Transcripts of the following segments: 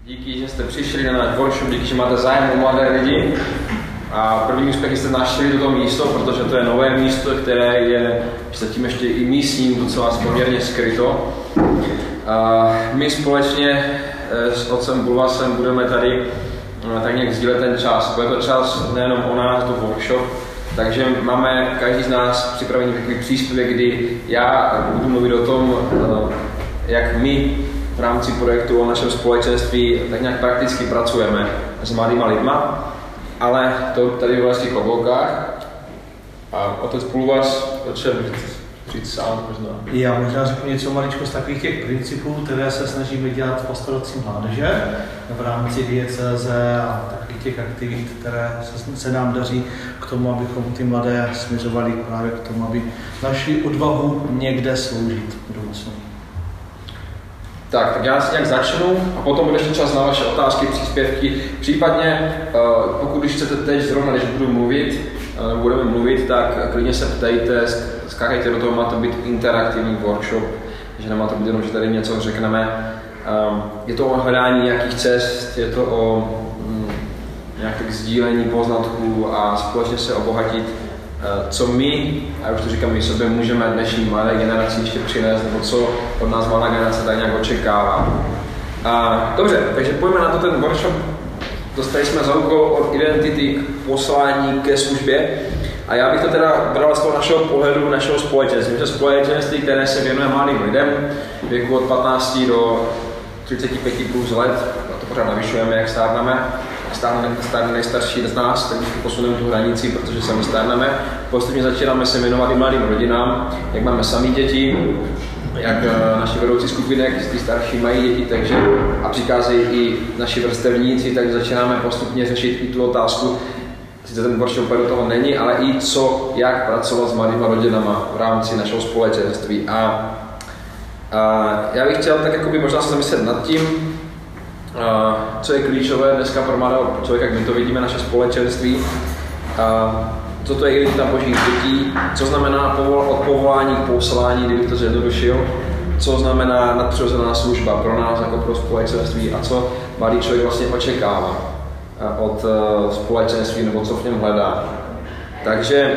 Díky, že jste přišli na náš workshop, díky, že máte zájem o mladé lidi. A první úspěch jste našli toto místo, protože to je nové místo, které je zatím ještě i místním docela poměrně skryto. A my společně s otcem Bulvasem budeme tady tak nějak sdílet ten čas. Bude to čas nejenom o nás, to workshop, takže máme každý z nás připravený takový příspěvek, kdy já budu mluvit o tom, jak my v rámci projektu o našem společenství tak nějak prakticky pracujeme s mladýma lidma, ale to tady vlastně v kloboukách. A otec Bulvas, otče, přijít sám možná. Já možná řeknu něco maličko z takových těch principů, které se snažíme dělat v pastoraci mládeže v rámci diecéze a takových těch aktivit, které se nám daří k tomu, abychom ty mladé směřovali právě k tomu, aby našli odvahu někde sloužit v budoucnu. Tak já si nějak začnu a potom bude ještě čas na vaše otázky, příspěvky. Případně, pokud když chcete teď zrovna, když budeme mluvit, tak klidně se ptejte, skákejte do toho, má to být interaktivní workshop, že nemá to být jenom, že tady něco řekneme. Je to o hledání nějakých cest, je to o nějakých sdílení poznatků a společně se obohatit, co my, a už to říkám, my sobě můžeme dnešní mladé generaci ještě přinést, nebo co od nás mladá generace tak nějak očekává. Dobře, takže pojďme na to ten workshop. Dostali jsme za úkol od identity k poslání ke službě a já bych to teda bral z toho našeho pohledu, našeho společenství. Je to společenství, které se věnuje mladým lidem věku od 15 do 35 plus let, a to pořád navyšujeme, jak stárneme. Stárne nejstarší z nás, tak vždycky posuneme tu hranici, protože sami stárneme. Postupně začínáme se věnovat i mladým rodinám, jak máme sami děti, jak naši vedoucí skupinek, ty starší mají děti, takže a přicházejí i naši vrstevníci, tak začínáme postupně řešit i tu otázku, sice ten workshop do toho není, ale i co, jak pracovat s mladýma rodinama v rámci našeho společenství. A já bych chtěl tak jakoby možná se zamyslet nad tím, co je klíčové dneska pro mladého člověka, kdy to vidíme naše společenství, co to je identita božích dětí, co znamená od povolání k poslání, kdybych to zjednodušil, co znamená nadpřirozená služba pro nás jako pro společenství a co mladý člověk vlastně očekává od společenství nebo co v něm hledá. Takže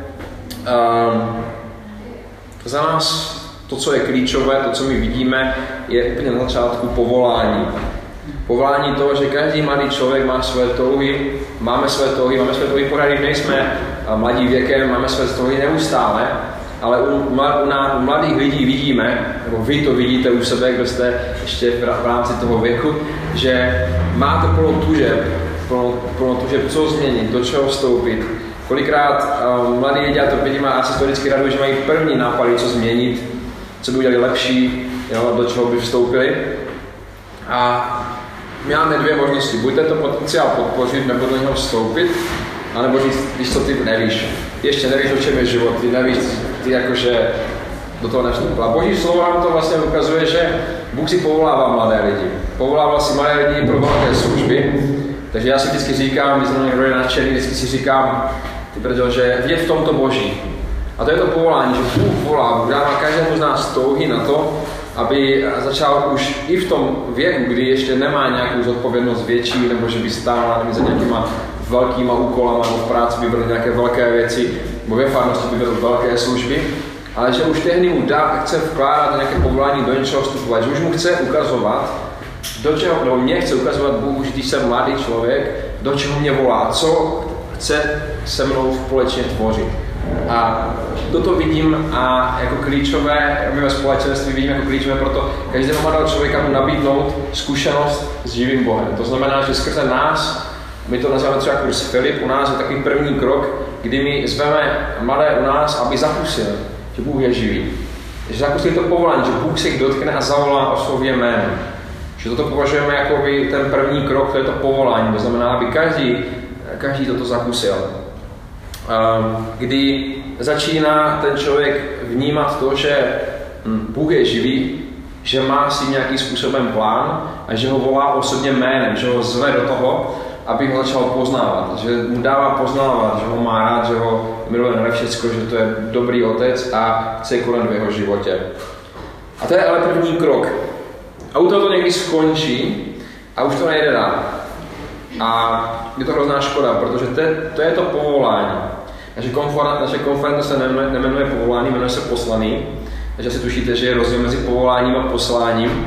za nás to, co je klíčové, to, co my vidíme, je úplně na začátku povolání. Povolání toho, že každý mladý člověk má své touhy, máme své touhy pořád, když nejsme mladí věkem, máme své touhy neustále, ale u mladých lidí vidíme, nebo vy to vidíte u sebe, kdo jste ještě v rámci toho věku, že máte plnou tužeb, co změnit, do čeho vstoupit. Kolikrát mladí lidé, to vidíme, a já se to vždycky raduji, že mají první nápady, co změnit, co by udělali lepší, jo, do čeho by vstoupili. A my máme dvě možnosti, buď tento potenciál podpořit, nebo do něho vstoupit, anebo říct, když co ty nevíš. Ještě nevíš, o čem je život, ty nevíš, ty jakože do toho nevstoupil. A Boží slovo nám to vlastně ukazuje, že Bůh si povolává mladé lidi. Povolával si mladé lidi pro velké služby, takže já si vždycky říkám, když jsem někdo je nadšený, vždycky si říkám, že je v tomto Boží. A to je to povolání, že Bůh volá, Bůh dává každému z nás touhy na to, aby začal už i v tom věku, kdy ještě nemá nějakou zodpovědnost větší, nebo že by stál za nějakýma velkýma úkolama, nebo v práci by vedl nějaké velké věci, nebo ve farnosti by vedl velké služby, ale že už tehdy mu chce vkládat nějaké povolání do něčeho vstupovat, že už mu chce ukazovat, do čeho, nebo mě chce ukazovat Bůh, když jsem mladý člověk, do čeho mě volá, co chce se mnou společně tvořit. A toto vidím a jako klíčové, my ve společenství vidím jako klíčové, proto každému mladého člověka mu nabídnout zkušenost s živým Bohem. To znamená, že skrze nás, my to nazýváme třeba kurz Filip, u nás je takový první krok, kdy my zveme mladé u nás, aby zakusil, že Bůh je živý. Že zakusili to povolání, že Bůh se jich dotkne a zavolá o slově jménem. Že toto považujeme jako by ten první krok, to je to povolání, to znamená, aby každý toto zakusil. Kdy začíná ten člověk vnímat to, že Bůh je živý, že má si nějakým způsobem plán a že ho volá osobně jménem, že ho zve do toho, aby ho začal poznávat, že mu dává poznávat, že ho má rád, že ho miluje na všecko, že to je dobrý otec a chce konat v jeho životě. A to je ale první krok. A u toho to někdy skončí, a už to nejde dál. A je to hrozná škoda, protože to je to povolání. Naše konference se nemenuje povolání, jmenuje se poslaný. Takže si tušíte, že je rozdíl mezi povoláním a posláním.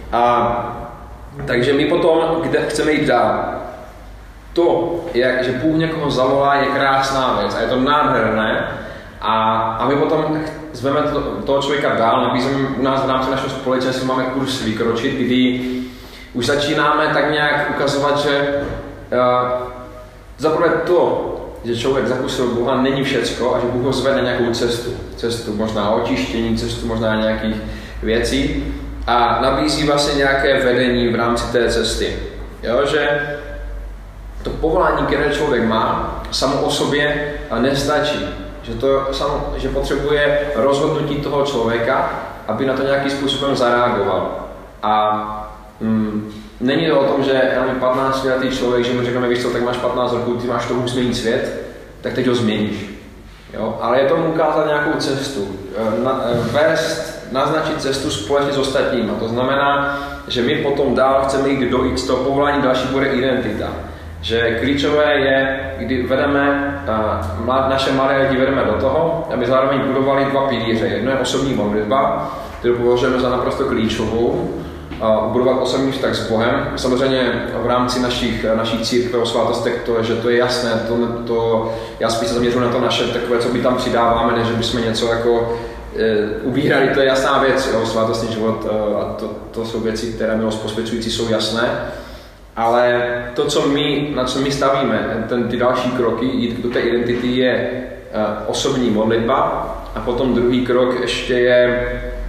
Takže my potom, kde chceme jít dál. To, že Bůh někoho zavolá, je krásná věc a je to nádherné. A my potom zveme toho člověka dál, nabízíme u nás v rámci našeho společenství, máme kurz Vykročit, kdy už začínáme tak nějak ukazovat, že zaprvé to, že člověk zakusil Boha, není všecko a že Bůh ho zve na nějakou cestu. Cestu možná očištění, cestu možná nějakých věcí a nabízí vlastně nějaké vedení v rámci té cesty. Jo, že to povolání, které člověk má, samo o sobě nestačí. Že potřebuje rozhodnutí toho člověka, aby na to nějakým způsobem zareagoval. A není to o tom, že já mám 15letý člověk, že mu řekneme, víš co, tak máš 15 roků, ty máš toho změnit svět, tak teď ho změníš. Jo? Ale je tomu ukázat nějakou cestu, naznačit cestu společně s ostatními. To znamená, že my potom dál chceme jít do X, toho povolání další bude identita. Že klíčové je, kdy vedeme, naše mladé lidi vedeme do toho, aby zároveň budovali dva pilíře. Jedno je osobní modlitba, kterou považujeme za naprosto klíčovou, budovat osobní vztah s Bohem. Samozřejmě v rámci našich církve o svátostech že to je jasné, já spíš se zaměřuji na to naše takové, co my tam přidáváme, než bychom něco jako ubírali, to je jasná věc, jo, svátostný život a to jsou věci, které milost posvěcující jsou jasné. Ale to, na co my stavíme, ty další kroky, jít do té identity, je osobní modlitba a potom druhý krok ještě je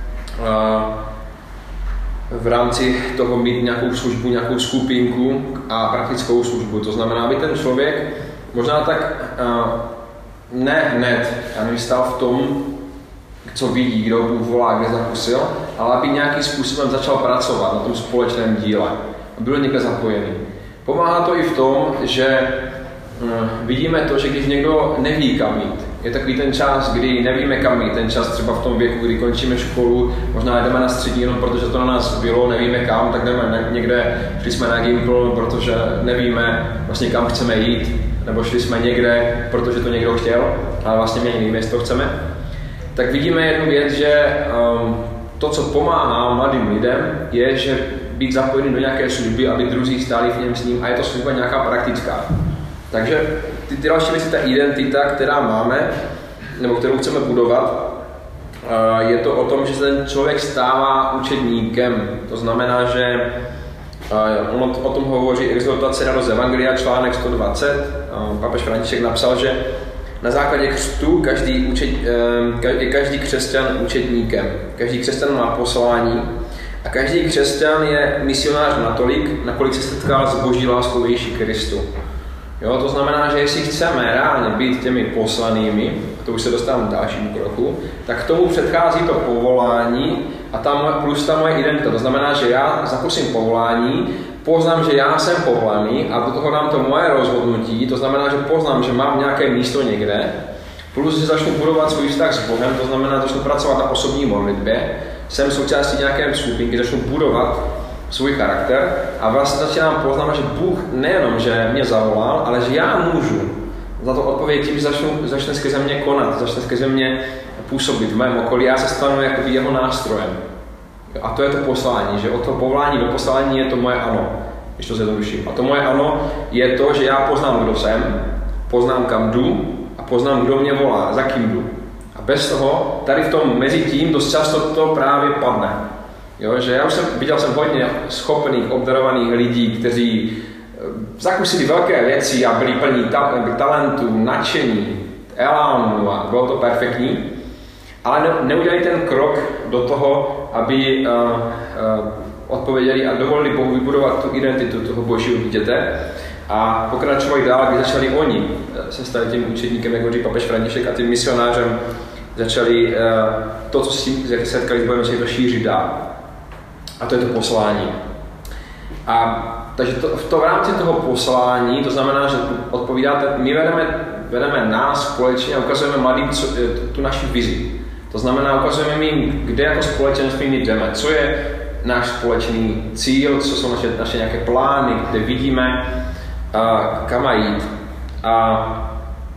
v rámci toho mít nějakou službu, nějakou skupinku a praktickou službu. To znamená, aby ten člověk možná tak ne hned vystál v tom, co vidí, kdo Bůh volá, kde zakusil, ale aby nějakým způsobem začal pracovat na tom společném díle. Byl někde zapojený. Pomáhá to i v tom, že vidíme to, že když někdo neví kam jít, je takový ten čas, kdy nevíme kam jít, ten čas třeba v tom věku, kdy končíme školu, možná jdeme na střední jenom protože to na nás bylo, nevíme kam, tak jdeme někde, šli jsme na Gimpl, protože nevíme vlastně kam chceme jít, nebo šli jsme někde, protože to někdo chtěl, ale vlastně my nevíme, jestli to chceme. Tak vidíme jednu věc, že to, co pomáhá mladým lidem, je, že být zapojený do nějaké služby, aby druzí stáli v něm s ním a je to služba nějaká praktická. Takže ty další věci, ta identita, která máme, nebo kterou chceme budovat, je to o tom, že se ten člověk stává učedníkem. To znamená, že on o tom hovoří exhortace radost evangelia, článek 120. Papež František napsal, že na základě křtu je každý křesťan učedníkem. Každý křesťan má poslání a každý křesťan je misionář natolik, nakolik se setkal s boží láskou v Ježíši Kristu. Jo, to znamená, že jestli chceme reálně být těmi poslanými, a to už se dostávám k dalšímu kroku, tak k tomu předchází to povolání a plus ta moje identita. To znamená, že já zakusím povolání, poznám, že já jsem povolaný a do toho dám to moje rozhodnutí, to znamená, že poznám, že mám nějaké místo někde, plus, že začnu budovat svůj vztah s Bohem, to znamená, začnu pracovat na osobní modlitbě, jsem součástí nějaké skupinky, začnu budovat svůj charakter a vlastně začínám poznávat, že Bůh nejenom, že mě zavolal, ale že já můžu za to odpovědět tím, že začne skrze mě konat, začne skrze mě působit v mém okolí, já se stanu jakoby jeho nástrojem. A to je to poslání, že od toho povolání do poslání je to moje ano, když to zjednoduším. A to moje ano je to, že já poznám, kdo jsem, poznám, kam jdu a poznám, kdo mě volá, za kým jdu. A bez toho, tady v tom mezi tím dost často to právě padne. Jo, že viděl jsem hodně schopných, obdarovaných lidí, kteří zakusili velké věci a byli plní talentů, nadšení, elánu a bylo to perfektní, ale neudělali ten krok do toho, aby odpověděli a dovolili Bohu vybudovat tu identitu toho božího dítěte a pokračovali dál, když začali oni se stali tím učedníkem, jako říká papež František, a tím misionářem začali to, co si setkali s Bohem, začali to šířit dál. A to je to poslání. Takže v rámci toho poslání, to znamená, že odpovídáte, my vedeme nás společně a ukazujeme mladým tu naši vizi. To znamená, ukazujeme jim, kde jako společenství my jdeme, co je náš společný cíl, co jsou naše nějaké plány, kde vidíme, kam má jít. A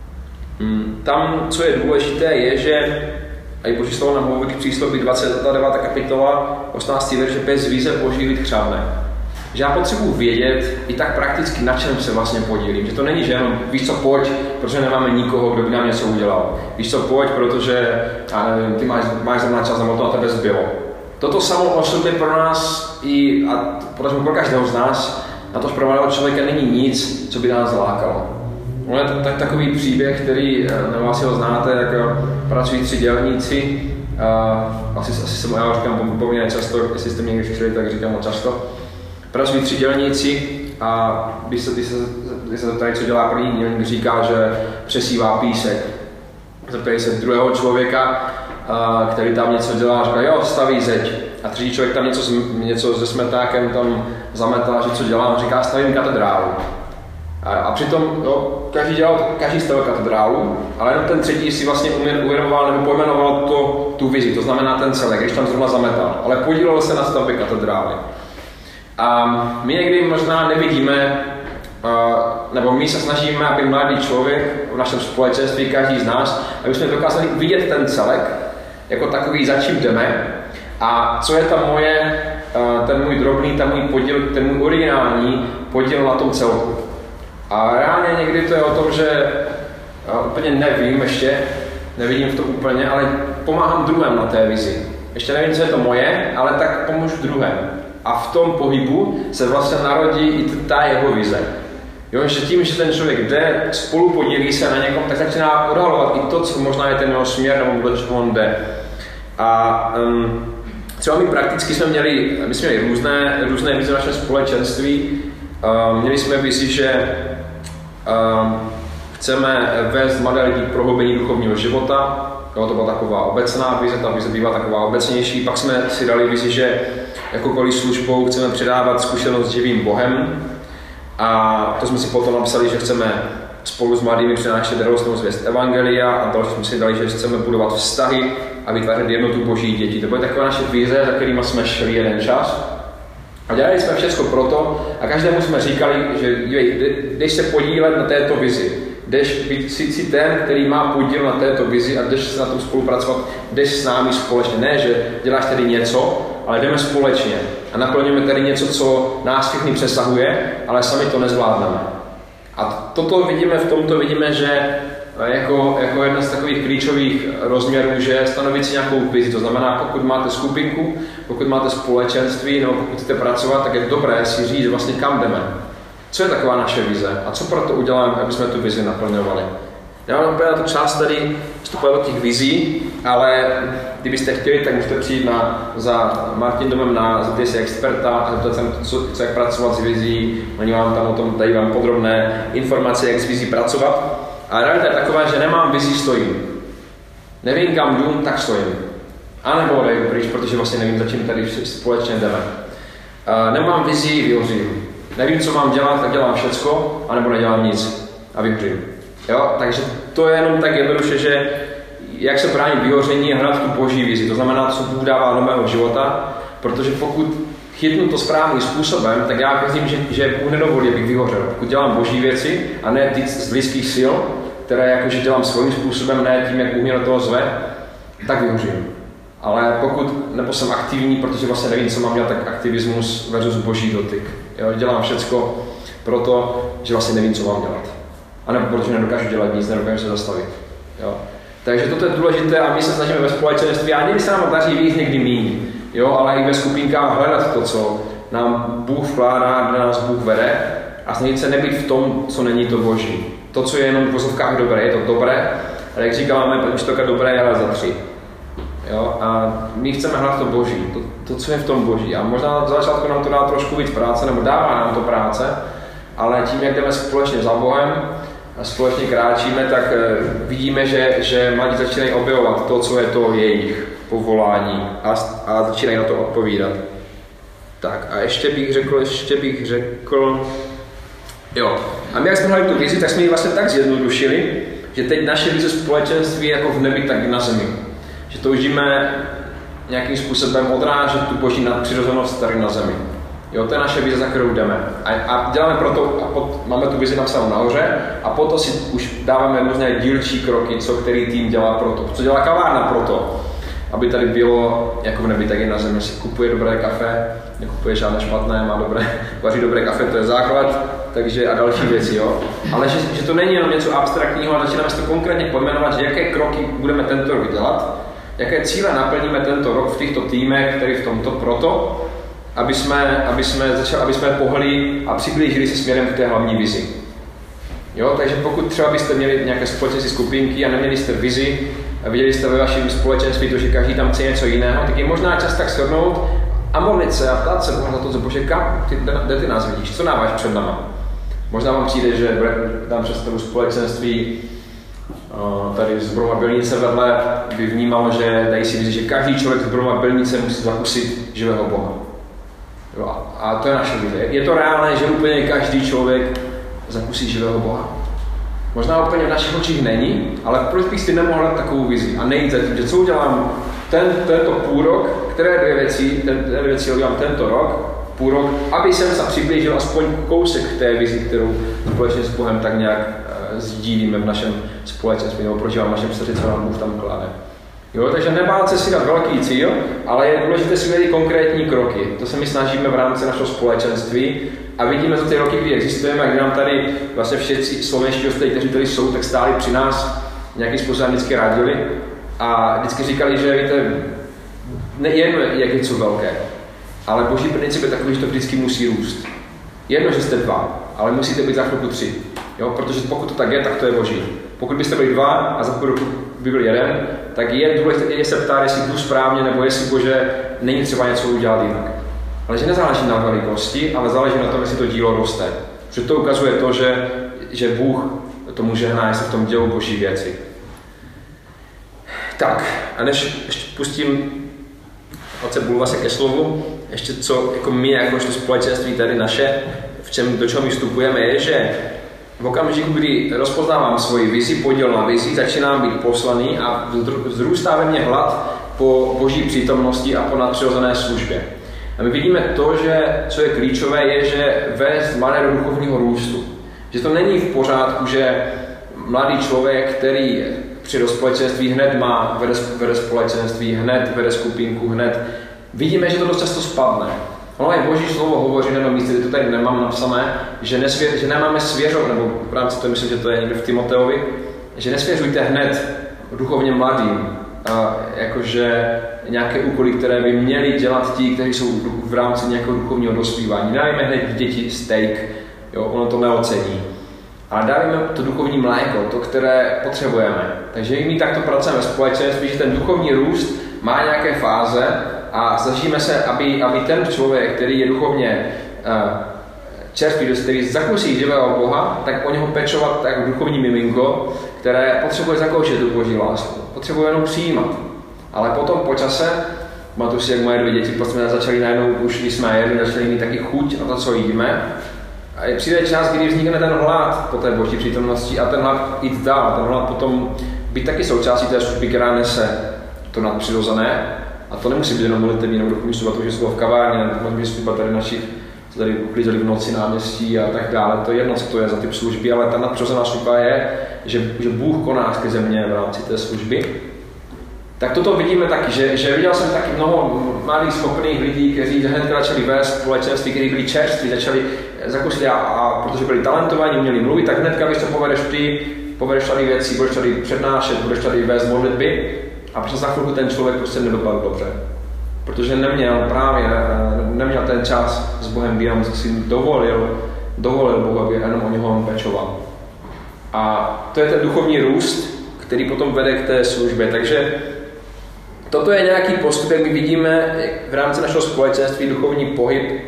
tam, co je důležité, je, že a i Boží slovo nám hovorí v přísloví 29. kapitola 18. verš, že bez vize Boží lid chřadne. Že já potřebuji vědět i tak prakticky, na čem se vlastně podílím. Že to není, že jenom víš co, pojď, protože nemáme nikoho, kdo by nám něco udělal. Víš co, pojď, protože já nevím, ty máš zrovna čas, nebo to na tebe zbylo. Toto samo o sobě pro nás i, a pro každého z nás, na to pro mladého člověka není nic, co by nás lákalo. Je to takový příběh, který, nebo asi ho znáte, jako pracují 3 dělníci. Asi se já ho říkám poměrně často, jestli jste mě někdy slyšeli, tak říkám ho často. Pracují 3 dělníci a když se tady, co dělá první dělník, říká, že přesívá písek. Zeptají se druhého člověka, který tam něco dělá, říká, jo, staví zeď. A třetí člověk tam něco se smetákem tam zametá, že co dělá, on říká, stavím katedrálu. A přitom jo, každý stavil katedrálu, ale jenom ten třetí si vlastně uvědomoval nebo pojmenoval tu vizi, to znamená ten celek, když tam zrovna zametal, ale podílel se na stavbě katedrály. A my někdy možná nevidíme, nebo my se snažíme, aby mladý člověk v našem společenství, každý z nás, aby jsme dokázali vidět ten celek, jako takový, za čím jdeme a co je ten můj drobný, ten můj podíl, ten můj originální podíl na tom celku. A reálně někdy to je o tom, že úplně nevím ještě, nevidím v tom úplně, ale pomáhám druhém na té vizi. Ještě nevím, co je to moje, ale tak pomůžu druhém. A v tom pohybu se vlastně narodí i ta jeho vize. Jo, že tím, že ten člověk jde, spolu podílí se na někom, tak začíná odhalovat i to, co možná je ten jeho směr, nebo kdo on jde. A třeba my prakticky jsme měli různé vize v našem společenství. Měli jsme vizi, že chceme vést mladé lidi k prohloubení duchovního života. Jo, to byla taková obecná vize, ta vize bývá taková obecnější. Pak jsme si dali vizi, že jakoukoliv službou chceme předávat zkušenost s živým Bohem. A to jsme si potom napsali, že chceme spolu s mladými přinášet radostnou zvěst evangelia a další jsme si dali, že chceme budovat vztahy a vytvářet jednotu Boží dětí. To byly takové naše vize, za kterými jsme šli jeden čas. A dělali jsme všechno proto a každému jsme říkali, že jdeš se podílet na této vizi. Jdeš být si ten, který má podíl na této vizi a jdeš se na tom spolupracovat, jdeš s námi společně. Ne, že děláš tady něco, ale jdeme společně a naplňujeme tady něco, co nás všechny přesahuje, ale sami to nezvládneme. A toto vidíme, v tomto vidíme, že jako jeden z takových klíčových rozměrů, že stanovit si nějakou vizi. To znamená, pokud máte skupinku, pokud máte společenství, nebo pokud chcete pracovat, tak je dobré si říct vlastně kam jdeme. Co je taková naše vize a co pro to uděláme, aby jsme tu vizi naplňovali. Já mám úplně na tu část tady vstupovat do těch vizí, ale kdybyste chtěli, tak můžete přijít za Martin Domem na ZTS experta a zeptat se, jak pracovat s vizí. Oni vám tam o tom dají vám podrobné informace, jak s vizí pracovat. A realita je taková, že nemám vizi, stojím. Nevím, kam jdu, tak stojím. A nebo jdu pryč, protože vlastně nevím, za čím tady společně jdeme. Nemám vizi, vyhořím. Nevím, co mám dělat, tak dělám všecko, anebo nedělám nic a vyhořím. Jo? Takže to je jenom tak jednoduše, že jak se bránit vyhoření a hrát tu Boží vizi. To znamená, co Bůh dává do mého života, protože pokud chytnu to správným způsobem, tak já věřím, že Bůh nedovolí, abych vyhořel. Pokud dělám Boží věci a ne ty z lidských sil, které jakože dělám svým způsobem, ne tím, jak Bůh mě do toho zve, tak vyhořím. Ale pokud nebo jsem aktivní, protože vlastně nevím, co mám dělat, tak aktivismus versus Boží dotyk. Jo, dělám všecko proto, že vlastně nevím, co mám dělat. A nebo protože nedokážu dělat nic, nedokážu se zastavit. Jo. Takže toto je důležité a my se snažíme ve společenství, a někdy se nám daří víc, někdy míň. Jo, ale i ve skupinkách hledat to, co nám Bůh vkládá, kde nás Bůh vede a snažit se nebýt v tom, co není to Boží. To, co je jenom v vozovkách dobré, je to dobré, ale jak říkáme, učitelka dobré je ale za 3. Jo, a my chceme hledat to Boží, to, co je v tom Boží. A možná za začátku nám to dá trošku víc práce, nebo dává nám to práce, ale tím, jak jdeme společně za Bohem a společně kráčíme, tak vidíme, že mladí začínají objevovat to, co je to jejich povolání a začínají na to odpovídat. Tak a ještě bych řekl, jo. A my, jak jsme hledali tu vizi, tak jsme ji vlastně tak zjednodušili, že teď naše vize společenství je jako v nebi, tak i na zemi. Že toužíme nějakým způsobem odrážet tu boží nadpřirozenost tady na zemi. Jo, to je naše vize, za kterou jdeme. A děláme proto, máme tu vizi napsanou nahoře a potom si už dáváme různé dílčí kroky, co který tým dělá proto. Co dělá kavárna proto, aby tady bylo jako v nebi, tak i na zemi. Si kupuje dobré kafe, nekupuje žádné špatné, vaří dobré kafe, to je základ, takže a další věci, jo. Ale že to není jenom něco abstraktního, ale začínáme si to konkrétně pojmenovat, že jaké kroky budeme tento rok dělat, jaké cíle naplníme tento rok v těchto týmech, který v tomto proto, aby jsme pohli a přiblížili se směrem k té hlavní vizi. Jo, takže pokud třeba byste měli nějaké společenství skupinky a neměli jste vizi a viděli jste ve vašem společenství to, že každý tam chce něco jiného, tak je možná čas tak shodnout a modlit se a ptát se Boha za to, Bože, kde ty nás vidíš, co dáváš před náma. Možná vám přijde, že dám představu společenství, tady z Broma Bylnice vedle by vnímalo, že dají si vizi, že každý člověk z Broma Bylnice musí zakusit živého Boha. Jo, a to je naše vize. Je to reálné, že úplně každý člověk zakusí živého Boha. Možná úplně v našich očích není, ale proč bych si nemohl dát takovou vizi a nejít za tím, že co udělám tento půl rok, které dvě věci udělám tento rok, půl rok, aby jsem se přiblížil aspoň kousek té vizi, kterou společně s Bohem tak nějak sdílíme v našem společenství, nebo prožívám v našem srdci, co nám Bůh tam klade. Jo, takže nebát se si dát velký cíl, ale je důležité si udělat konkrétní kroky. To se my snažíme v rámci našeho společenství a vidíme za ty roky, kdy existujeme a kdy nám tady vlastně všichni slovenští hosté, kteří tady jsou, tak stáli při nás nějakým způsobem vždycky radili a vždycky říkali, že víte, nejedno jak něco velké, ale boží princip je takový, že to vždycky musí růst. Jedno, že jste 2, ale musíte být za chvilku 3. Jo? Protože pokud to tak je, tak to je boží. Pokud byste byli 2 a za půl roku by byl 1, tak je důležité se ptát, jestli jdu správně, nebo jestli Bože není třeba něco udělat jinak. Ale že nezáleží na velikosti, ale záleží na tom, jestli to dílo roste. Protože to ukazuje to, že Bůh tomu žehná, jestli v tom dělou boží věci. Tak, a než ještě pustím otce Bulvase ke slovu, ještě co jako my, jakožto společenství tady naše, do čeho my vstupujeme, je, že v okamžiku, kdy rozpoznávám svoji vizi, podíl na vizi, začínám být poslaný a vzrůstá ve mně hlad po boží přítomnosti a po nadpřirozené službě. A my vidíme to, že co je klíčové, je, že vést mladé do duchovního růstu. Že to není v pořádku, že mladý člověk, který přijde do společenství, hned vede společenství, hned vede skupinku, hned. Vidíme, že to dost často spadne. Ono je boží slovo hovoří na jednom místě, to tady nemám napsané, že nemáme svěřovat, nebo v rámci toho myslím, že to je někde v Timoteovi, že nesvěřujte hned duchovně mladým, jakože nějaké úkoly, které by měli dělat ti, kteří jsou v rámci nějakého duchovního dospívání. Dávíme hned děti steak, jo, ono to neocení. Ale dávíme to duchovní mléko, to, které potřebujeme. Takže my takto pracujeme ve společenství, že ten duchovní růst má nějaké fáze a snažíme se, aby ten člověk, který je duchovně čerstvý, který zakusí živého Boha, tak o něho pečovat tak duchovní miminko, které potřebuje zakoušet tu boží lásku. Potřebuje jenom přijímat. Ale potom po čase, pamatuju si, jak moje 2 děti prostě začaly najednou, už když jsme jedli, začaly mít taky chuť na to, co jíme. A přijde čas, kdy vznikne ten hlad po té boží přítomnosti a ten hlad jít dál, ten hlad potom být taky součástí té služby, která nese to nadpřirozené. A to nemusí být jenom modlitevní nebo duchovní služba, to, že jsou v kavárně, nebo služba tady našich, co tady uklízeli v noci náměstí a tak dále. To je jedno, co to je za typ služby, ale ta nadpřirozená služba je, že Bůh koná skrze mě v rámci té služby. Tak toto vidíme taky, že viděl jsem taky mnoho malých schopných lidí, kteří hned začali vést společenství, kteří byli čerství, začali zakusit a protože byli talentovaní, uměli mluvit, tak hnedka, když to povedeš tady věci, budeš tady přednášet, budeš tady vést modlitby a přes za chvilku ten člověk prostě nedopadl dobře. Protože neměl ten čas s Bohem, kdy on si dovolil Bohu, aby jenom o něho pečoval. A to je ten duchovní růst, který potom vede k té službě. Takže toto je nějaký postup, jak my vidíme v rámci našeho společenství, duchovní pohyb.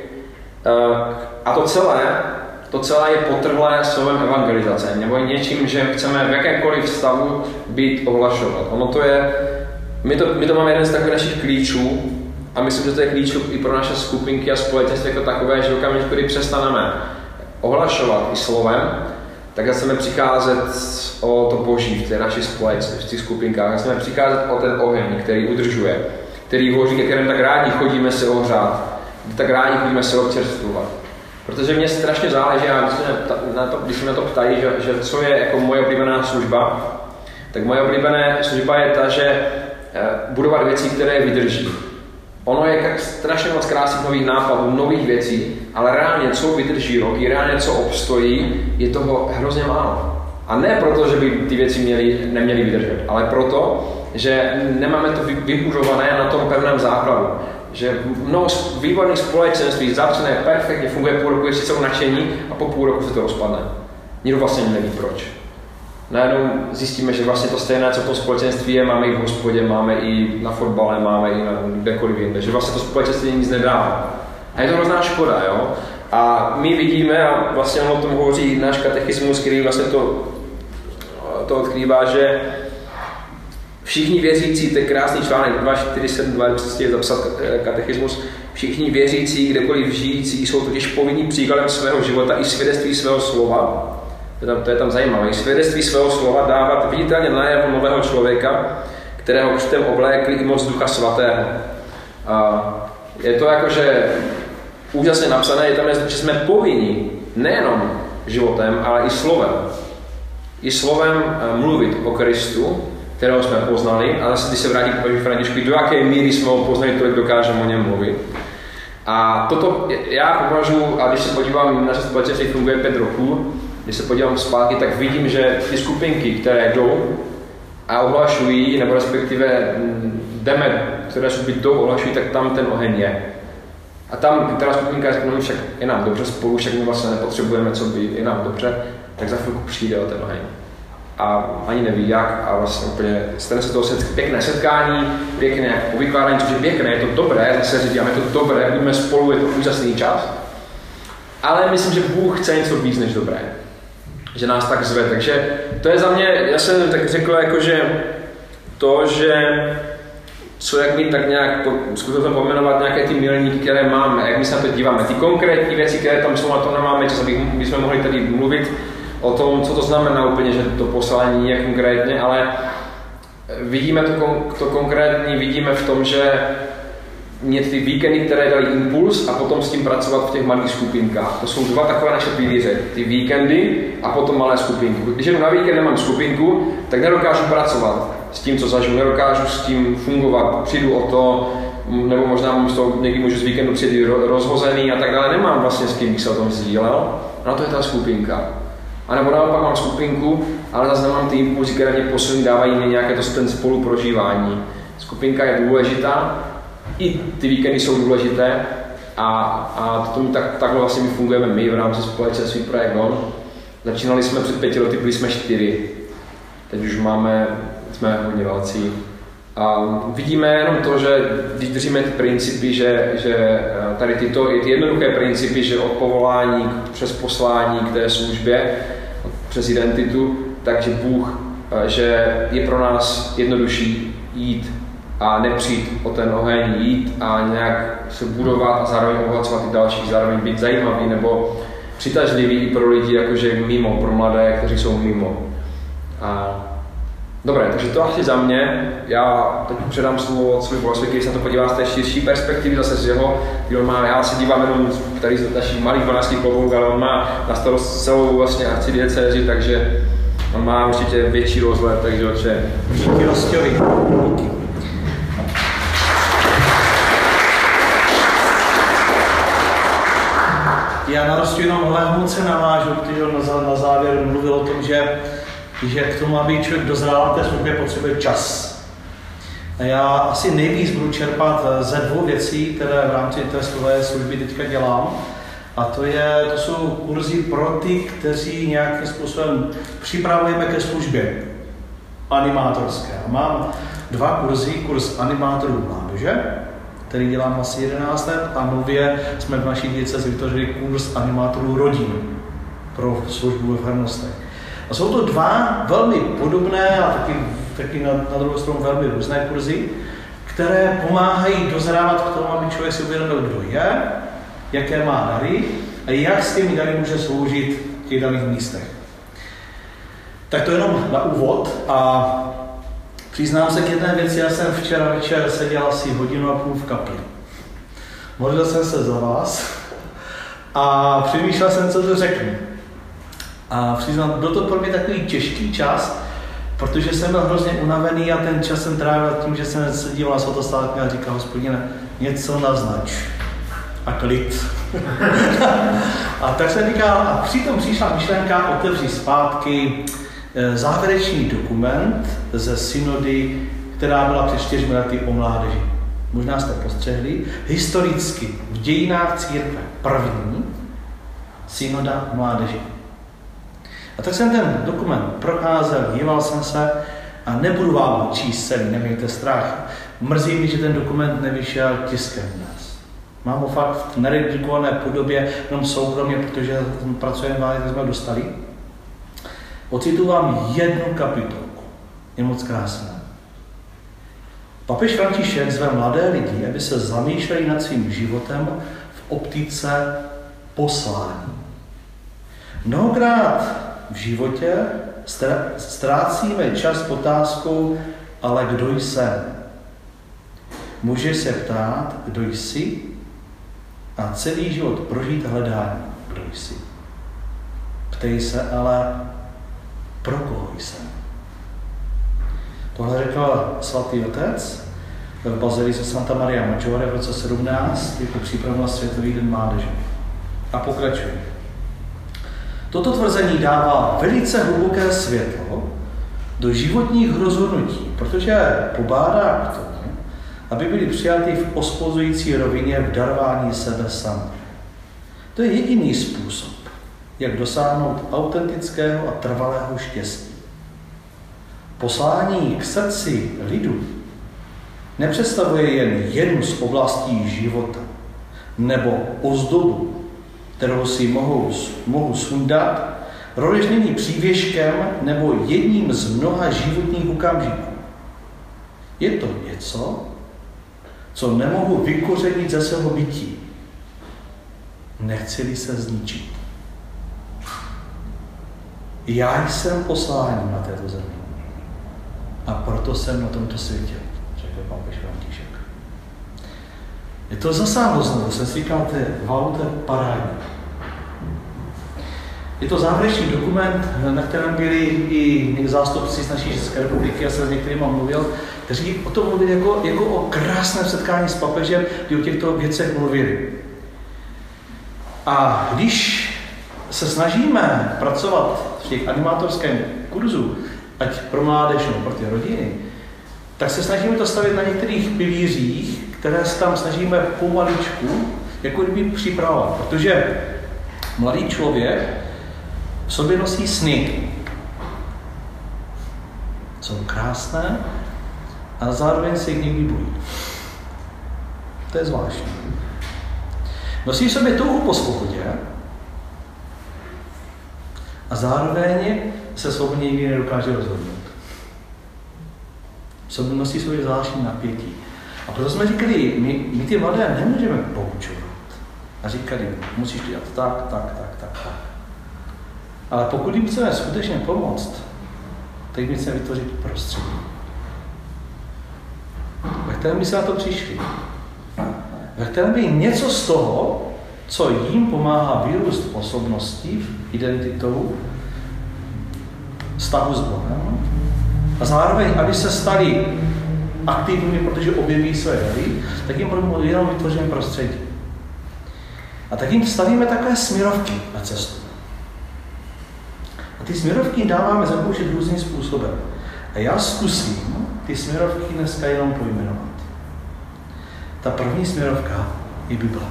A to celé je potrhlé slovem evangelizace, nebo něčím, že chceme v jakémkoliv stavu být ohlašovat. Ono to je, my to máme jeden z takových našich klíčů a myslím, že to je klíč i pro naše skupinky a společenství jako takové, že okamžitě, kdy přestaneme ohlašovat i slovem, tak chceme přicházet o to boží v té naší společnosti, v těch skupinkách. Chceme přicházet o ten oheň, který udržuje, který hoří, ke kterém tak rádi chodíme se ohřát, tak rádi chodíme se občerstvovat. Protože mě strašně záleží, a když se na to ptají, že co je jako moje oblíbená služba, tak moje oblíbená služba je ta, že budovat věci, které vydrží. Ono je strašně moc krásných nových nápadů, nových věcí, ale reálně co vydrží roky, reálně co obstojí, je toho hrozně málo. A ne proto, že by ty věci neměly vydržet, ale proto, že nemáme to vybudované na tom pevném základu. Že mnoho výborných společenství začne, perfektně funguje půl roku, ještě jsou nadšení a po půl roku se to rozpadne. Nikdo vlastně neví proč. Najednou zjistíme, že vlastně to stejné, co v tom společenství je, máme i v hospodě, máme i na fotbale, máme i na kdekoliv jinde, že vlastně to společenství nic nedává. A je to hrozná škoda, jo? A my vidíme, a vlastně o tom hovoří náš katechismus, který vlastně to odkrývá, že všichni věřící, to je krásný článek 247 je zapsat katechismus, všichni věřící, kdekoliv žijící, jsou totiž povinní příkladem svého života i svědectví svého slova. To je tam zajímavé. I svědectví svého slova dávat viditelně najevo nového člověka, kterého křtem oblékli i moc Ducha Svatého. A je to jakože úžasně napsané, je tam, že jsme povinni nejenom životem, ale i slovem. I slovem mluvit o Kristu, kterého jsme poznali, a zase, když se vrátí k Františku, do jaké míry jsme ho poznali, tolik dokážeme o něm mluvit. A toto já považuji, a když se podívám, naše společenství funguje 5 roků, když se podívám zpátky, tak vidím, že ty skupinky, které jdou a ohlašují, nebo respektive jdeme, které služby jdou, ohlašují, tak tam ten oheň je. A tam, která skupinka řekne, však je nám dobře spolu, však my vlastně nepotřebujeme, co by je nám dobře, tak za chvilku přijde o ten oheň. A ani neví jak, a vlastně úplně stane se toho pěkné setkání, pěkné povykládání, což je pěkné, je to dobré, zase říkáme, je to dobré, budeme spolu, je to úžasný čas. Ale myslím, že Bůh chce něco víc než dobré. Že nás tak zve, takže to je za mě, já jsem tak řekl, jakože to, že co jak my tak nějak, zkusím tam pojmenovat nějaké ty milníky, které máme, jak my se na to díváme, ty konkrétní věci, které tam jsou, na to nemáme čas, bychom mohli tady mluvit o tom, co to znamená úplně, že to poslání je konkrétně, ale vidíme to konkrétní, vidíme v tom, že mít ty víkendy, které dali impuls a potom s tím pracovat v těch malých skupinkách. To jsou 2 takové naše pilíře. Ty víkendy a potom malé skupinky. Když jdu na víkend, nemám skupinku, tak nedokážu pracovat s tím, co zažiju, nedokážu s tím fungovat, přijdu o to, nebo možná někdy můžu z víkendu přijít rozhozený a tak dále. Nemám vlastně s kým bych se o tom sdílel. A na to je ta skupinka. A nebo naopak mám skupinku, ale zase nemám ty impulzy, které mě posunují, dávají mi nějaké ten spoluprožívání. Skupinka je důležitá, i ty víkendy jsou důležité a takhle vlastně my fungujeme my v rámci společenství Projekt On. Začínali jsme před 5 lety, byli jsme 4. Teď už jsme hodně velcí. A vidíme jenom to, že když držíme ty principy, že tady ty jednoduché principy, že od povolání přes poslání k té službě, přes identitu, takže Bůh, že je pro nás jednodušší jít a nepřijít o ten oheň, jít a nějak se budovat a zároveň obohacovat i další, zároveň být zajímavý nebo přitažlivý i pro lidi, jakože mimo, pro mladé, kteří jsou mimo. Dobré, takže to asi za mě. Já teď předám slovo Otcovi Boleslovi, když se na to podívá z té širší perspektivy, zase z jeho, já se dívám jenom tady z našich malých 12 klobouk, ale on má na starost celou vlastně arcidiecézi, takže on má určitě větší rozhled, takže oče. Díky Rostěvi. Já na Rostě jenom lehce navážu, protože on na závěr mluvil o tom, že k tomu, aby člověk dozrál té službě, potřebuje čas. A já asi nejvíc budu čerpat ze 2 věcí, které v rámci té své služby teďka dělám. A to jsou kurzy pro ty, kteří nějakým způsobem připravujeme ke službě animátorské. A mám 2 kurzy, kurz animátorů mládeže, který dělám asi 11 let, a nově jsme v naší diecézi vytvořili kurz animátorů rodin pro službu ve farnostech. A jsou to 2 velmi podobné a taky na druhou stranu velmi různé kurzy, které pomáhají dozrávat k tomu, aby člověk si uvědomil, kdo je, jaké má dary a jak s těmi dary může sloužit v těch daných místech. Tak to jenom na úvod a Přiznám se k jedné věci, já jsem včera večer seděl asi 1,5 hodiny v kapli. Modlil jsem se za vás a přemýšlel jsem, co to řeknu. A přiznám, byl to pro mě takový těžký čas, protože jsem byl hrozně unavený a ten čas jsem trávil tím, že jsem se díval na svatostátky a říkal, Hospodine, něco naznač a klid. A tak jsem říkal, a přitom přišla myšlenka otevřít zpátky závěrečný dokument ze synody, která byla před 4 lety o mládeži. Možná jste postřehli, historicky v dějinách církve první synoda mládeži. A tak jsem ten dokument procházel, díval jsem se a nebudu vám číst celý, nemějte strach. Mrzí mi, že ten dokument nevyšel tiskem dnes. Mám ho fakt v neredigované podobě, jenom soukromě, protože pracujeme v tak jsme ho dostali. Ocituju vám jednu kapitolku. Je moc krásná. Papež František zve mladé lidi, aby se zamýšleli nad svým životem v optice poslání. Mnohokrát v životě ztrácíme čas otázkou, ale kdo jsem? Můžeš se ptát, kdo jsi, a celý život prožít hledání, kdo jsi. Ptej se ale, pro koho jsem. Tohle řekl svatý otec v bazilice Santa Maria Maggiore v roce 17, jako přípravu na Světový den mládeže. A pokračuje. Toto tvrzení dává velice hluboké světlo do životních rozhodnutí, protože pobádá k tomu, aby byly přijaty v ospozující rovině v darování sebe sami. To je jediný způsob, jak dosáhnout autentického a trvalého štěstí. Poslání k srdci lidu nepředstavuje jen jednu z oblastí života nebo ozdobu, kterou si mohu sundat, rovněž není přívěškem nebo jedním z mnoha životních okamžiků. Je to něco, co nemohu vykořenit ze svého bytí. Nechci-li se zničit. Já jsem posláním na této zemi. A proto jsem na tomto světě, řekl papež František. Je to zasáhlo znovu, jsem si říkal, to je parádní. Je to závěrečný dokument, na kterém byli i zástupci z naší České republiky, já jsem s některými mluvil, kteří o tom mluvili jako o krásném setkání s papežem, kdy o těchto věcech mluvili. A když se snažíme pracovat v těch animátorském kurzu, ať pro mládež nebo pro ty rodiny, tak se snažíme to stavit na některých pilířích, které se tam snažíme pomaličku, jako kdyby připravovat. Protože mladý člověk v sobě nosí sny. Jsou krásné a zároveň se jich někdy bojí. To je zvláštní. Nosí v sobě touhu po svobodě a zároveň se svobodně nikdy nedokáže rozhodnout. Nosí v sobě zvláštní napětí. A proto jsme říkali, my ty mladé nemůžeme poučovat. A říkali, musíš to dělat tak. Ale pokud jim chceme skutečně pomoct, tak my chceme vytvořit prostředí. Ve kterém by se na to přišli. Ve kterém by něco z toho, co jim pomáhá vyrůst osobností, identitou, vztahu s Bohem, a zároveň, aby se stali aktivními, protože objeví své dary, tak jim jenom vytvoříme prostředí. A tak jim stavíme takové směrovky na cestu. A ty směrovky dáváme zakoušet různým způsobem. A já zkusím ty směrovky dneska jenom pojmenovat. Ta první směrovka je Bible.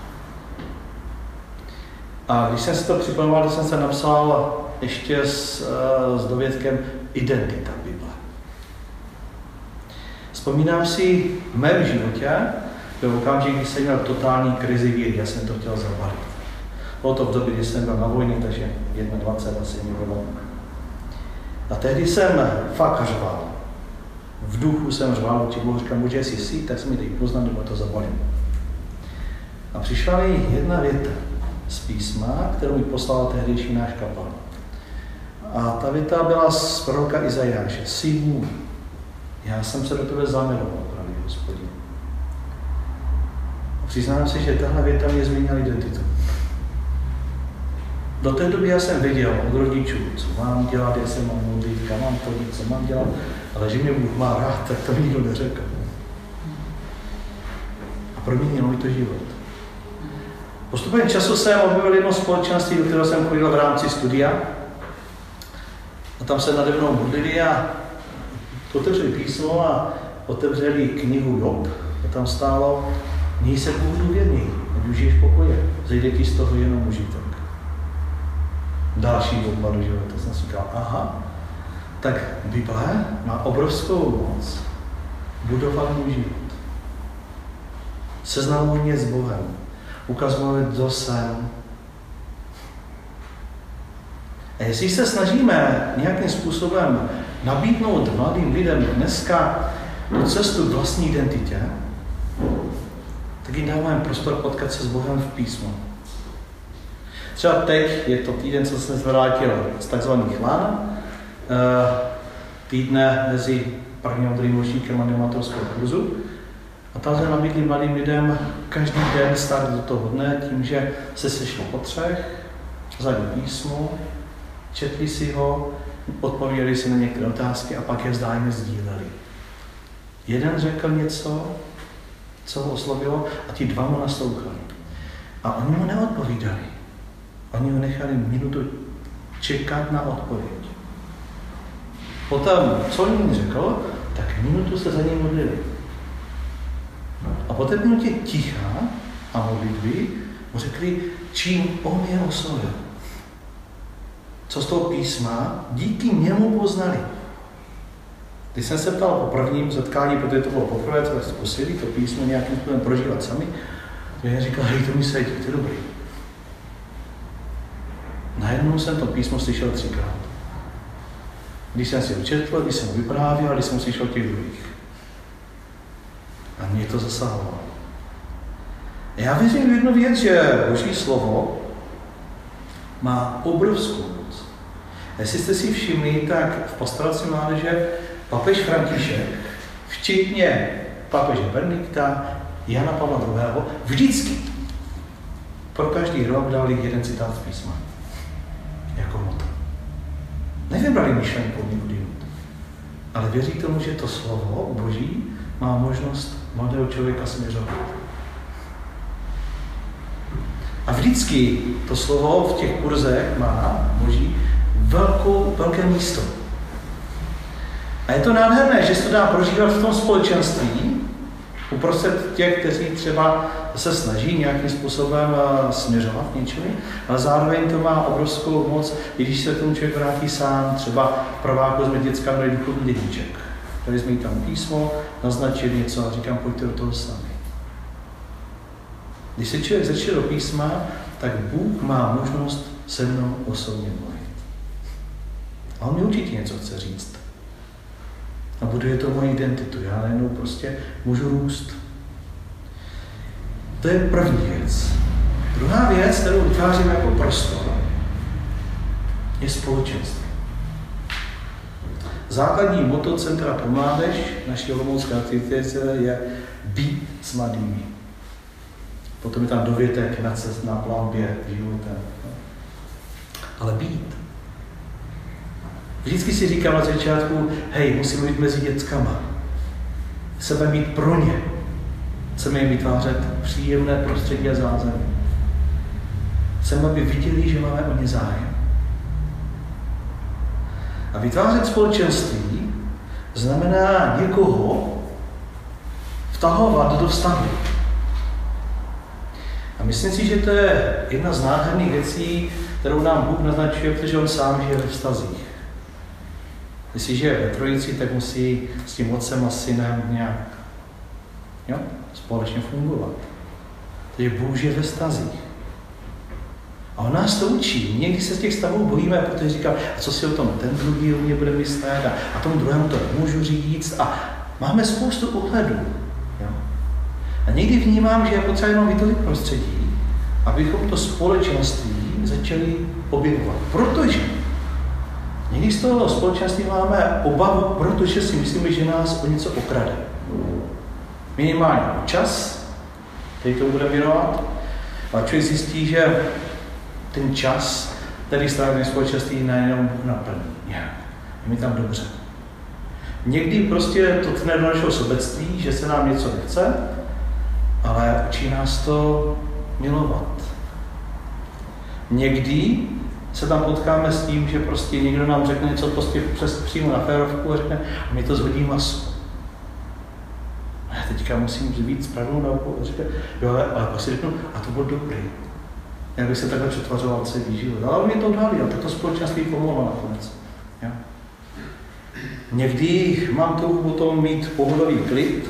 A když jsem si to připravoval, tak jsem se napsal ještě s dovědkem identita Bible. Vzpomínám si v mém životě, v okamžik, kdy jsem měl totální krizi víry, já jsem to chtěl zabalit. Bylo to v době, kdy jsem byl na vojně, takže 21 asi mi bylo. A tehdy jsem fakt řval. V duchu jsem řval, či Bohu říkám, může jsi si, tak jsem mi teď poznal, nebo to zabalím. A přišla mi jedna věta z písma, kterou mi poslal tehdejší náš kaplan. A ta věta byla z proroka Izajáše. Jsi můj, já jsem se do tebe zamiloval, pravý Hospodin. A přiznám si, že tahle věta mě změnila identitu. Do té doby já jsem věděl od rodičů, co mám dělat, jak se mám modlit, kam mám chodit, co mám dělat, ale že mě Bůh má rád, tak to mi nikdo neřekl. A proměnilo mi to život. Postupem času jsem objevil jedno společenství, do kterého jsem chodil v rámci studia. A tam se nade mnou modlili a otevřeli písmo a otevřeli knihu Job. A tam stálo, měj se Bůh důvěrný, ať už žiješ v pokoje, zejde ti z toho jenom užitek. Další doba do života jsem si říkal, aha, tak Bible má obrovskou moc budovat můj život. Seznamuje mě s Bohem, ukazuje, kdo jsem. A jestli se snažíme nějakým způsobem nabídnout mladým lidem dneska tu cestu k vlastní identitě, tak jim dáváme prostor potkat se s Bohem v písmu. Třeba teď je to týden, co jsem se vrátil z takzvaných LAN, týdne mezi prvním a druhým ročníkem animatorského kurzu. A tam jsme nabídli mladým lidem každý den stát do toho dne tím, že se sešli po třech, vzali písmo, četli si ho, odpověděli si na některé otázky a pak je vzájemně sdíleli. Jeden řekl něco, co ho oslovilo a ti dva mu naslouchali. A oni mu neodpovídali. Oni ho nechali minutu čekat na odpověď. Potom, co on jim řekl, tak minutu se za ním modlili. A po té minutě ticha a modlitby mu řekli, čím on je oslovil. Co z toho písma díky němu poznali. Když jsem se ptal po prvním setkání, protože to bylo poprvé, co zkusili to písmo nějakým způsobem prožívat sami, to jen říkal, hej, to mi sedí, to je dobrý. Najednou jsem to písmo slyšel 3krát. Když jsem si ho četl, když jsem ho vyprávěl, když jsem slyšel těch druhých. A mě to zasahovalo. Já věřím v jednu věc, že Boží slovo má obrovskou moc. Jestli jste si všimli, tak v pastoraci mládeže papež František, včetně papeže Benedikta, Jana Pavla II. Vždycky pro každý rok dali jeden citát z písma. Jako motto. Nevybrali myšlenku od někudy jinut. Ale věří tomu, že to slovo Boží má možnost mladého člověka směřovat. A vždycky to slovo v těch kurzech má Boží velké místo. A je to nádherné, že se to dá prožívat v tom společenství, uprostřed těch, kteří třeba se snaží nějakým způsobem směřovat k něčemu, ale zároveň to má obrovskou moc, i když se tomu člověk vrátí sám, třeba v prváku jsme děcka měli duchovní dědíček. Tady jsme jí tam písmo, naznačili něco a říkám, pojďte do toho sami. Když se člověk začne do písma, tak Bůh má možnost se mnou osobně mluvit. A on mi určitě něco chce říct. A buduje to moji identitu. Já najednou prostě můžu růst. To je první věc. Druhá věc, kterou vytváříme jako prostor, je společenství. Základní motto Centra pro mládež naší olomoucké aktivity je být s mladými. Potom je tam dovětek na plavbě životem. Ale být. Vždycky si říkám na začátku, hej, musíme být mezi dětskama. Chceme být pro ně. Chceme jim vytvářet příjemné prostředí a zázemí. Chceme, aby viděli, že máme o ně zájem. A vytvářet společenství znamená někoho vtahovat do vztahu. A myslím si, že to je jedna z nádherných věcí, kterou nám Bůh naznačuje, protože on sám žije ve vztazích. Jestliže je ve trojici, tak musí s tím otcem a synem nějak společně fungovat. Takže Bůh žije ve vztazích. A on nás to učí. Někdy se z těch stavů bojíme, protože říká, a co si o tom ten druhý o mě bude myslet a tomu druhému to můžu říct. A máme spoustu ohledů. Jo? A někdy vnímám, že je potřeba jenom vytvořit prostředí, abychom to společenství začali objevovat. Protože Někdy z toho společenství máme obavu, protože si myslíme, že nás o něco okrade. Minimálně čas, který to bude věnovat, a člověk zjistí, že ten čas, který strávíme společenství, nejenom naplní. Je mi tam dobře. Někdy prostě to tne do našeho sobectví, že se nám něco nechce, ale učí nás to milovat. Někdy se tam potkáme s tím, že prostě někdo nám řekne něco prostě přímo na férovku a řekne, a mi to zhodí masu. A já teďka musím víc pravou nauku a říkat, jo, ale pak si řeknu, a to bylo dobrý. Jak bych se takhle přetvařoval celý život. Ale mě to odhalí, a tak to společenství pomohlo nakonec. Jo? Někdy mám touhu potom mít pohodový klid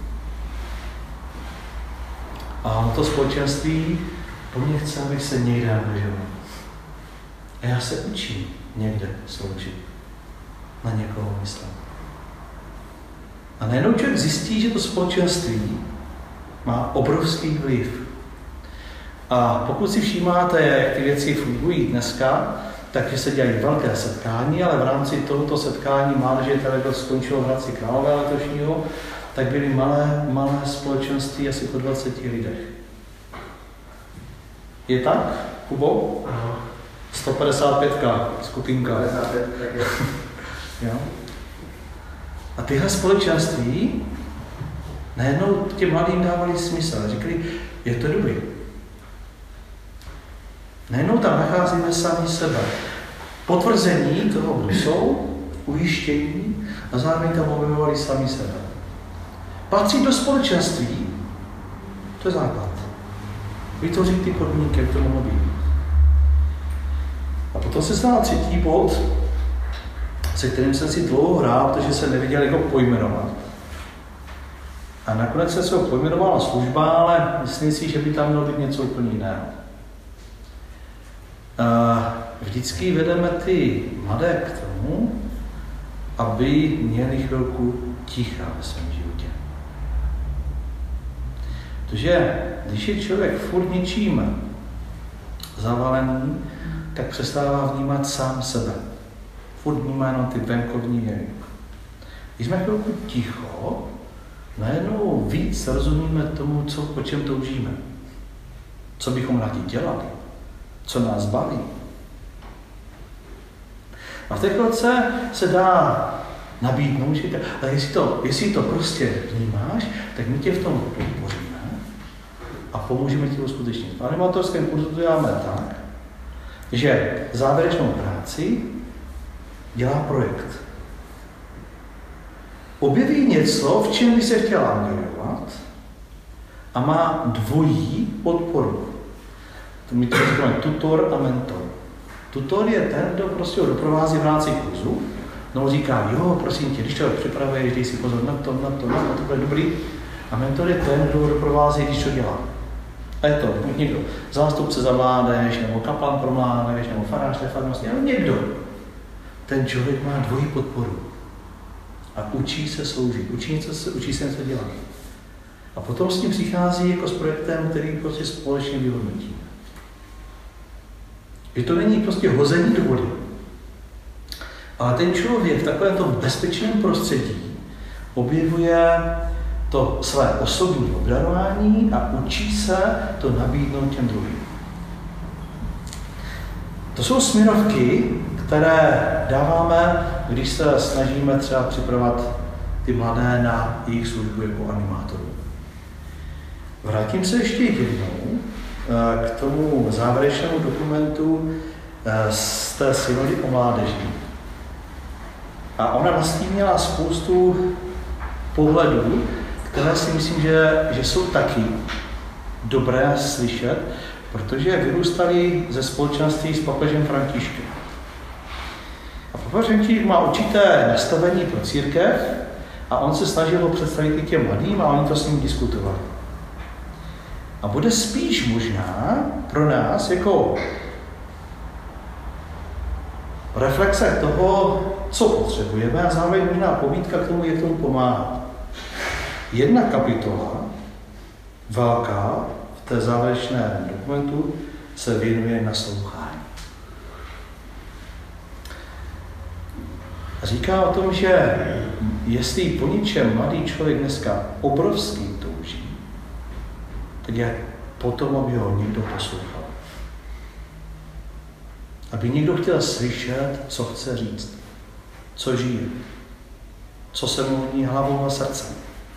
a to společenství po mně chce, abych se někde angažoval. A já se učím někde sloužit. Na někoho myslet. A najednou člověk zjistí, že to společenství má obrovský vliv. A pokud si všímáte, jak ty věci fungují dneska, takže se dělají velké setkání, ale v rámci tohoto setkání mládeže, které skončilo v Hradci Králové letošního, tak byly malé společenství asi po 20 lidech. Je tak, Kubo? 155 skupinka. 55, tak je. Jo? A tyhle společenství najednou těm mladým dávali smysl. Říkali, je to dobrý. Najednou tam nacházíme sami sebe. Potvrzení toho, kdo jsou, ujištění a zároveň tam objevovali sami sebe. Patřit do společenství, to je základ. Vytvořit ty podmínky, jak to mohlo být. A potom se stál třetí bod, se kterým jsem si dlouho hrál, protože jsem nevěděl, jak ho pojmenovat. A nakonec jsem se ho pojmenovala služba, ale myslím si, že by tam mělo být něco úplně jiného. Vždycky vedeme ty mladé k tomu, aby měli chvilku ticha ve svém životě. Protože když je člověk furt něčím zavalený, tak přestává vnímat sám sebe. Furt vnímá jenom ty venkovní jevy. Když jsme chvilku ticho, najednou víc rozumíme tomu, po čem toužíme. Co bychom rádi dělali. Co nás baví. A v té chvilce se dá nabídnout, že ale jestli to prostě vnímáš, tak my tě v tom podpoříme a pomůžeme ti uskutečnit. V animatorském kurzu to děláme tak, že závěrečnou práci dělá projekt. Objeví něco, v čem by se chtěla angažovat a má dvojí podporu. My to říkáme tutor a mentor. Tutor je ten, kdo prostě ho doprovází v rámci kurzu, no říká, jo, prosím tě, když to připravuješ, dej si pozor na to bude dobrý. A mentor je ten, kdo ho doprovází, když to dělá. A je to někdo zástupce za mládež, nebo kaplan pro mládež, nebo farář té farnosti, nebo někdo. Ten člověk má dvojí podporu. A učí se sloužit, učí se něco dělat. A potom s tím přichází jako s projektem, který prostě společně vyhodnotí. Že to není prostě hození do vody. Ale ten člověk v takovémto bezpečném prostředí objevuje to své osobní obdarování a učí se to nabídnout těm druhým. To jsou směrovky, které dáváme, když se snažíme třeba připravovat ty mladé na jejich službu jako animátorů. Vrátím se ještě jednou k tomu závěrečnému dokumentu z té synody o mládeži. A ona vlastně měla spoustu pohledů, které si myslím, že jsou taky dobré slyšet, protože vyrůstali ze společenství s papežem Františkem. A papež František má určité nastavení pro církev a on se snažil ho představit i těm mladým a oni to s ním diskutovali. A bude spíš možná pro nás jako reflexe toho, co potřebujeme a zároveň možná pobídka k tomu, jak tomu pomáhat. Jedna kapitola, velká, v té závěrečné dokumentu, se věnuje naslouchání. A říká o tom, že jestli po ničem mladý člověk dneska obrovský touží, tak je potom, aby ho někdo poslouchal. Aby někdo chtěl slyšet, co chce říct, co žije, co se mu hodí hlavou a srdcem.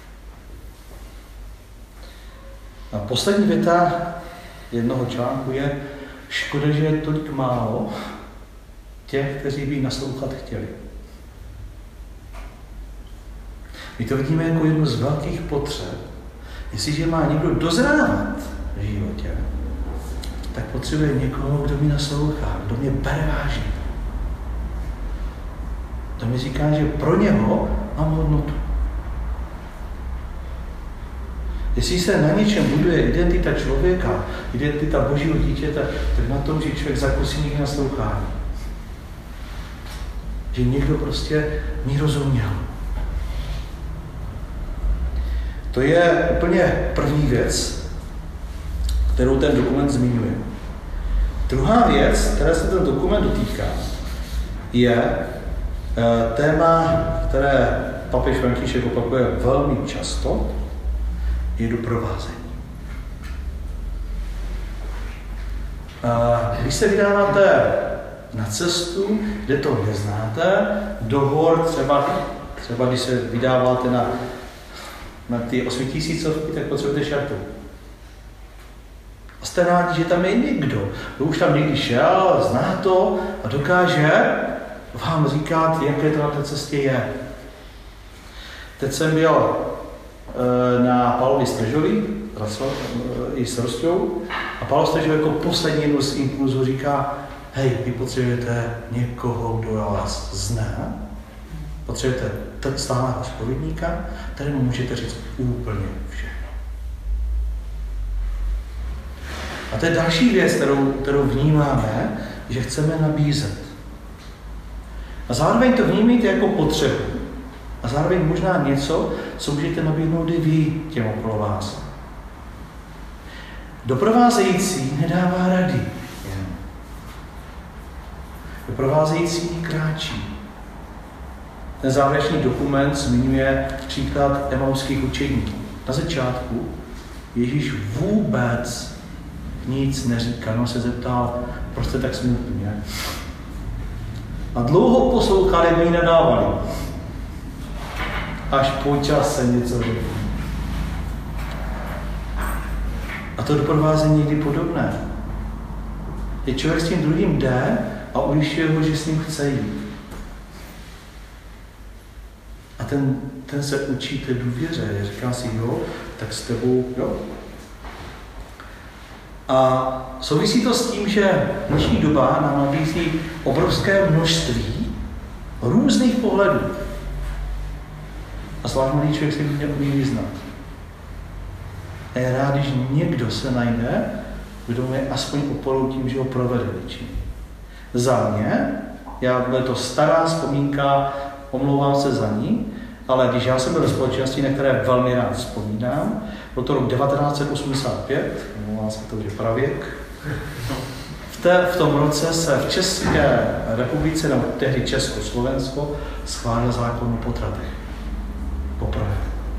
A poslední věta jednoho článku je: škoda, že je tolik málo těch, kteří by naslouchat chtěli. My to vidíme jako jednu z velkých potřeb. Jestliže má někdo dozrávat v životě, tak potřebuje někoho, kdo mi naslouchá, kdo mě bere vážně. To mi říká, že pro něho mám hodnotu. Jestli se na něčem buduje identita člověka, identita Božího dítěte, tak na tom, že člověk zakusí někde naslouchání. Že někdo prostě mi rozuměl. To je úplně první věc, kterou ten dokument zmiňuje. Druhá věc, která se ten dokument dotýká, je téma, které papež František opakuje velmi často, je doprovázení. Když se vydáváte na cestu, kde to neznáte, do hor, třeba když se vydáváte na ty 8000, tak potřebujete šartu. A jste rádi, že tam je někdo, kdo už tam někdy šel, zná to a dokáže vám říkat, jaké to na té cestě je. Teď jsem byl na Pavlovi Stežoli, i s Rostou, a Pavel Stežol jako poslední jednu z impulzů říká: hej, vy potřebujete někoho, kdo vás zná, potřebujete stálého zpovědníka, kterému můžete říct úplně všechno. A to je další věc, kterou vnímáme, že chceme nabízet. A zároveň to vnímejte jako potřebu. A zároveň možná něco, co můžete nabídnout i vy těm okolo vás. Doprovázející nedává rady. Doprovázející kráčí. Ten závěrečný dokument zmiňuje příklad emauských učeníků. Na začátku Ježíš vůbec nic neříkal, on se zeptal, proč jste tak smutný, ne? A dlouho poslouchali, my ji nedávali. Až po čase něco řekl. A to doprovázení někdy podobné. Je člověk s tím druhým jde a ujišťuje ho, že s ním chce jít. A ten se učí té důvěře. Říká si jo, tak s tebou jo. A souvisí to s tím, že dnešní doba nám nabízí obrovské množství různých pohledů. A zvlášť mladý člověk se umí vyznat. A je rád, když někdo se najde, kdo je aspoň oporou tím, že ho provede většinou. Za mě, byla to stará vzpomínka, omlouvám se za ní, ale když já jsem byl ve společnosti, na které velmi rád vzpomínám, byl to rok 1985, omlouvám se, to už je pravěk. V tom roce se v České republice, nebo tehdy Československo, schválil zákon o potratech. Poprvé.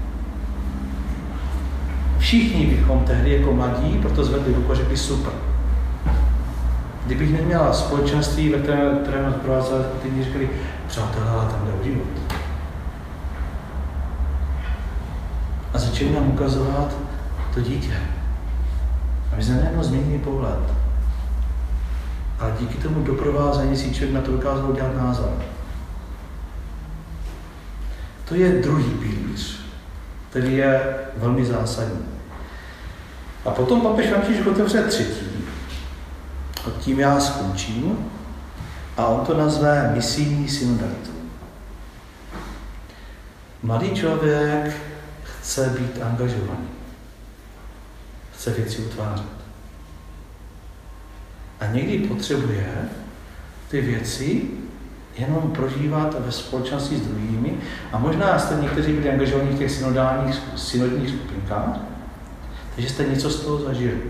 Všichni bychom tehdy jako mladí proto zvedli ruku a řekli super. Kdybych neměla společenství, ve kterém nás provázeli, ty mi řekli, přátelé, ale tam jde o život. A začali nám ukazovat to dítě. A my jsme najednou změnili pohled. Ale díky tomu doprovázení si člověk na to dokázal udělat názor. To je druhý pilíř, který je velmi zásadní. A potom papež František otevře třetí. A tím já skončím. A on to nazve misijní synodalitou. Mladý člověk chce být angažovaný. Chce věci utvářet. A někdy potřebuje ty věci jenom prožívat ve společnosti s druhými. A možná jste někteří byli angažovaní v těch synodních skupinkách, takže jste něco z toho zažili.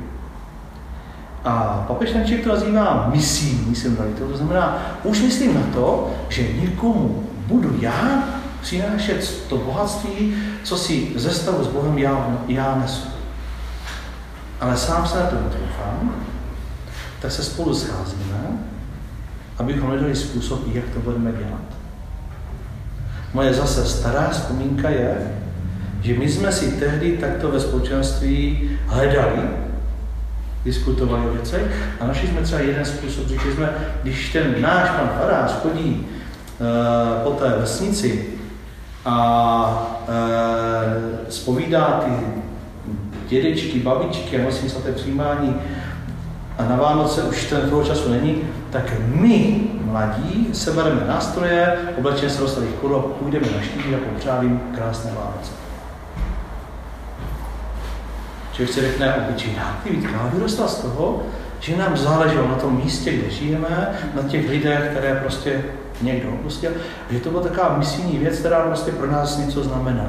A papež František to nazývá misijní synodalitou, to znamená, už myslím na to, že někomu budu já přinášet to bohatství, co si ze stavu s Bohem já nesu. Ale sám se na to netroufám, tak se spolu scházíme, abychom hledali způsob, jak to budeme dělat. Moje zase stará vzpomínka je, že my jsme si tehdy takto ve společenství hledali, diskutovali o věcech a našli jsme třeba jeden způsob. Řekli jsme, když ten náš pan farář chodí po té vesnici a zpovídá ty dědečky, babičky a nosí svaté přijímání a na Vánoce už ten toho času není, tak my, mladí, se bereme nástroje, oblečíme se do starých koru a půjdeme na štítí a popřávím krásné Vánoce. Člověk si řekne obyčejná aktivitka, ale vyrostla z toho, že nám záleželo na tom místě, kde žijeme, na těch lidech, které prostě někdo opustil, že to byla taková misijní věc, která prostě pro nás něco znamená.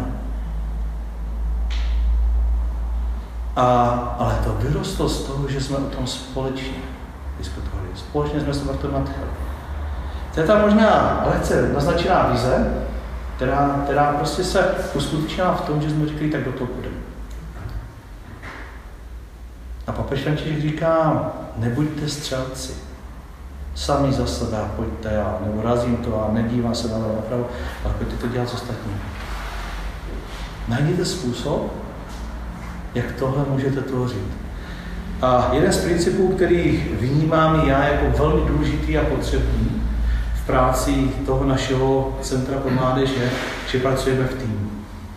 Ale to vyrostlo z toho, že jsme o tom společně diskutovali. Společně jsme se o tom nadchali. To je ta možná lehce naznačená vize, která prostě se uskutečnila v tom, že jsme řekli, tak do toho půjdeme. A papež František říká, nebuďte střelci. Sami za sebe pojďte a nebo razím to a nedívám se na napravo, ale pojďte to dělat s ostatními. Najděte způsob, jak tohle můžete tvořit. A jeden z principů, který vnímám já jako velmi důležitý a potřebný v práci toho našeho Centra pro mládež je, že pracujeme v týmu.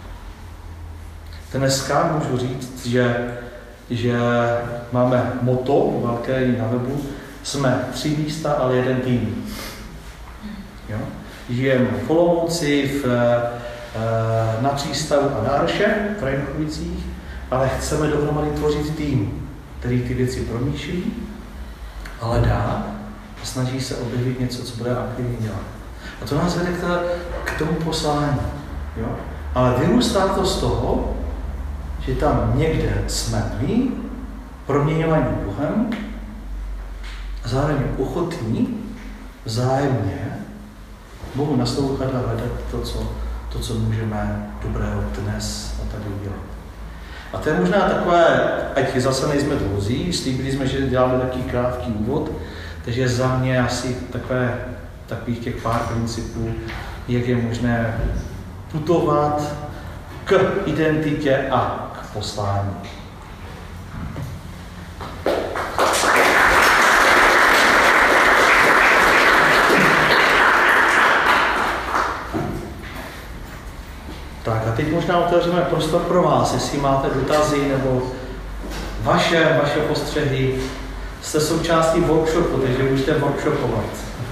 Dneska můžu říct, že máme motto velké na webu, jsme 3 místa, ale 1 tým. Jo? Žijeme v Olomouci, na Přístavu a na Arše, v Rajnochovicích, ale chceme dohromady tvořit tým, který ty věci promýšlí, ale dá a snaží se objevit něco, co bude aktivně dělat. A to nás vede k tomu poslání. Jo? Ale vyrůstá to z toho, že tam někde jsme my, proměňovaní Bohem, a zároveň ochotní vzájemně Bohu naslouchat a hledat to, co můžeme dobrého dnes a tady udělat. A to je možná takové, ať zase nejsme dvouzí, slíbili jsme, že děláme takový krátký úvod, takže za mě asi takových těch pár principů, jak je možné putovat k identitě a k poslání. Tak a teď možná otevřeme prostor pro vás, jestli máte dotazy nebo vaše postřehy. Jste součástí workshopu, takže můžete workshopovat.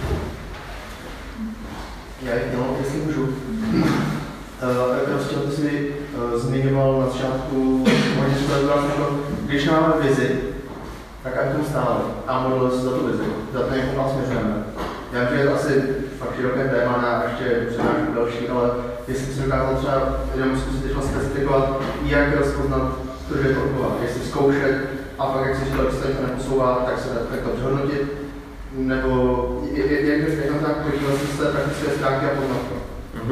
Já jich měl, jestli můžu. Prostě ty jsi zmiňoval na začátku, když máme vizi, tak ať tomu stále a modlil se za tu vizi, za to, jak nás směřujeme. Já vím, že je to asi fakt široké téma na ještě přednášku další, ale jestli si dokázal třeba jenom zkusit teď specifikovat, jak rozpoznat to, že je to odbovat, jestli zkoušet a pak jak si říkal, když se to neposouvá, tak se to přehodnotit, nebo jak tam tak podívat se z té praktické stránky a poznat to.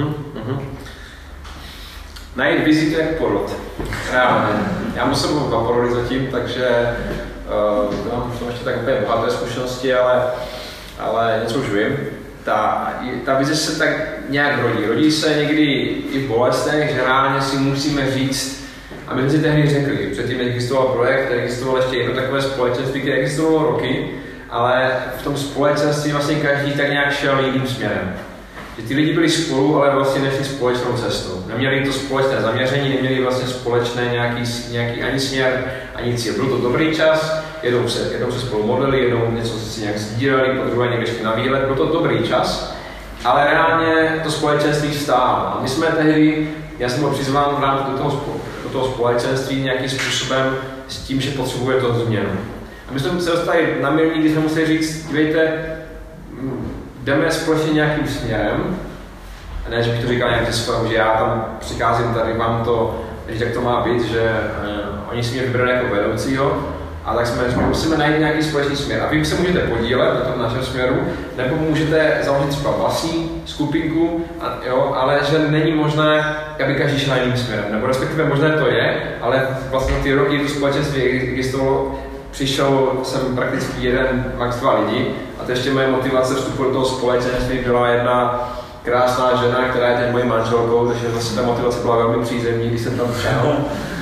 Najít vizi, to je porod. Reálně. Já musím mluvit 2 porody zatím, takže mám ještě tak úplně bohaté zkušenosti, ale něco už vím. Ta vize se tak nějak rodí. Rodí se někdy i v bolestech, že reálně si musíme říct, a my jsme si tehdy řekli, předtím existoval projekt, existovalo ještě jedno takové společenství, které existovalo roky, ale v tom společenství vlastně každý tak nějak šel jiným směrem. Že ty lidi byli spolu, ale vlastně nešli společnou cestou. Neměli to společné zaměření, neměli vlastně společné nějaký ani směr, ani cíl. Byl to dobrý čas, jednou se spolu modlili, jednou něco si nějak sdíleli, po druhé někde šli na výlet. Byl to dobrý čas, ale reálně to společenství stálo. A my jsme tehdy, já jsem byl přizván v rámci do toho společenství nějakým způsobem s tím, že potřebuje to změnu. A my jsme se dostali na milník, kdy jsme museli říct, dívejte, jdeme společně nějakým směrem, a ne, že bych to říkal nějakým způsobem, že já tam přicházím tady, vám to, že tak to má být, že oni si mě vybrali jako vedoucího, A tak jsme řekli, musíme najít nějaký společný směr. A vy se můžete podílet na tom našem směru, nebo můžete založit třeba vlastní skupinku, ale že není možné, aby každý šel jiným směrem. Nebo respektive možné to je, ale vlastně ty roky to společenství existovalo, přišel jsem prakticky jeden, max 2 lidi. A to ještě moje motivace vstupu do toho společenství byla jedna krásná žena, která je teď mojí manželkou, takže zase ta motivace byla velmi přízemní, když jsem tam šel.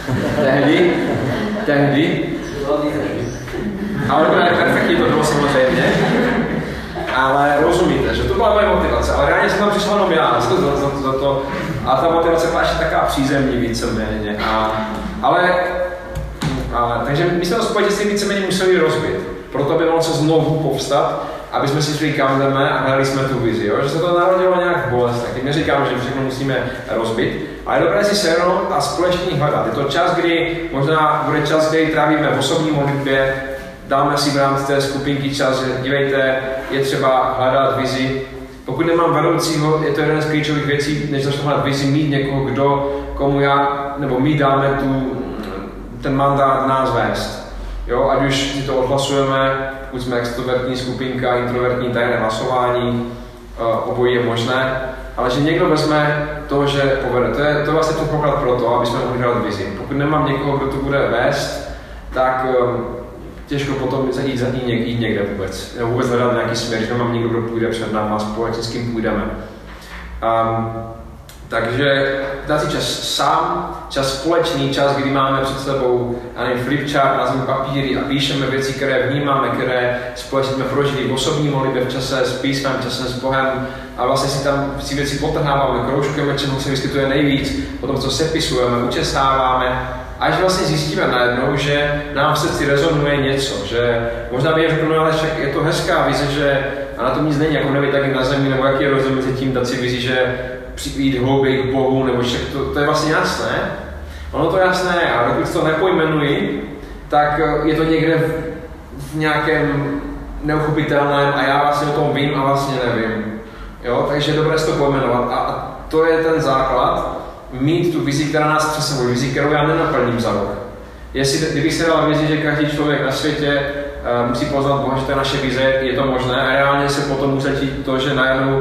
Tehdy. Ale to je perfektní, to bylo samozřejmě. Ale rozumíte, že to byla moje motivace, ale reálně jsem tam přišel jenom já za to. A ta motivace byla ještě taková přízemní víceméně. Takže my jsme to společenství víceméně museli rozbít. Proto by mohlo se znovu povstat, aby jsme si šli kam jdeme a hledali jsme tu vizi. Jo? Že se to narodilo nějak v bolestech. Teď neříkám, že všechno musíme rozbít, ale je dobré si sednout a společně hledat. Je to čas, kdy možná bude čas, kdy trávíme v osobní modlitbě, dáme si v rámci té skupinky čas, že dívejte, je třeba hledat vizi. Pokud nemám vedoucího, je to jeden z klíčových věcí, než začnu hledat vizi, mít někoho, komu já, nebo my dáme ten mandát nás vést. Jo, ať už si to odhlasujeme, pokud jsme extrovertní skupinka, introvertní, tajné hlasování, obojí je možné, ale že někdo vezme to, že povede. To je vlastně předpoklad pro to, aby jsme mohli hledat vizi. Pokud nemám někoho, kdo to bude vést, tak těžko potom jít někde vůbec. Nebo vůbec hledat nějaký směr, že nemám někdo, kdo půjde před námi a společně s kým půjdeme. Takže dát si čas sám, čas společný, čas, kdy máme před sebou flipchart, nazvím papíry a píšeme věci, které vnímáme, které společně jsme prožili v osobní modlitbě, v čase s písmem, časem s Bohem a vlastně si tam si věci potrháváme, kroužkujeme, čemu se vyskytuje nejvíc, potom co sepisujeme, učesáváme, až vlastně zjistíme najednou, že nám v srdci rezonuje něco, že možná by řekl, no ale však je to hezká vize, že a na tom nic není, jako neví taky na zemi, nebo jaký je rozdíl mezi tím dát si vizi, že jít hlouběji k Bohu, nebo však to je vlastně jasné. Ono to jasné je, a dokud to nepojmenuji, tak je to někde v nějakém neuchopitelném a já vlastně o tom vím a vlastně nevím. Jo? Takže je dobré si to pojmenovat a to je ten základ, mít tu vizi, která nás přesahuje, vizi, kterou já nenaplním za rok. Kdybych si dal vizi, že každý člověk na světě musí poznat Boha, že to je naše vize, je to možné a reálně se potom musí to, že najednou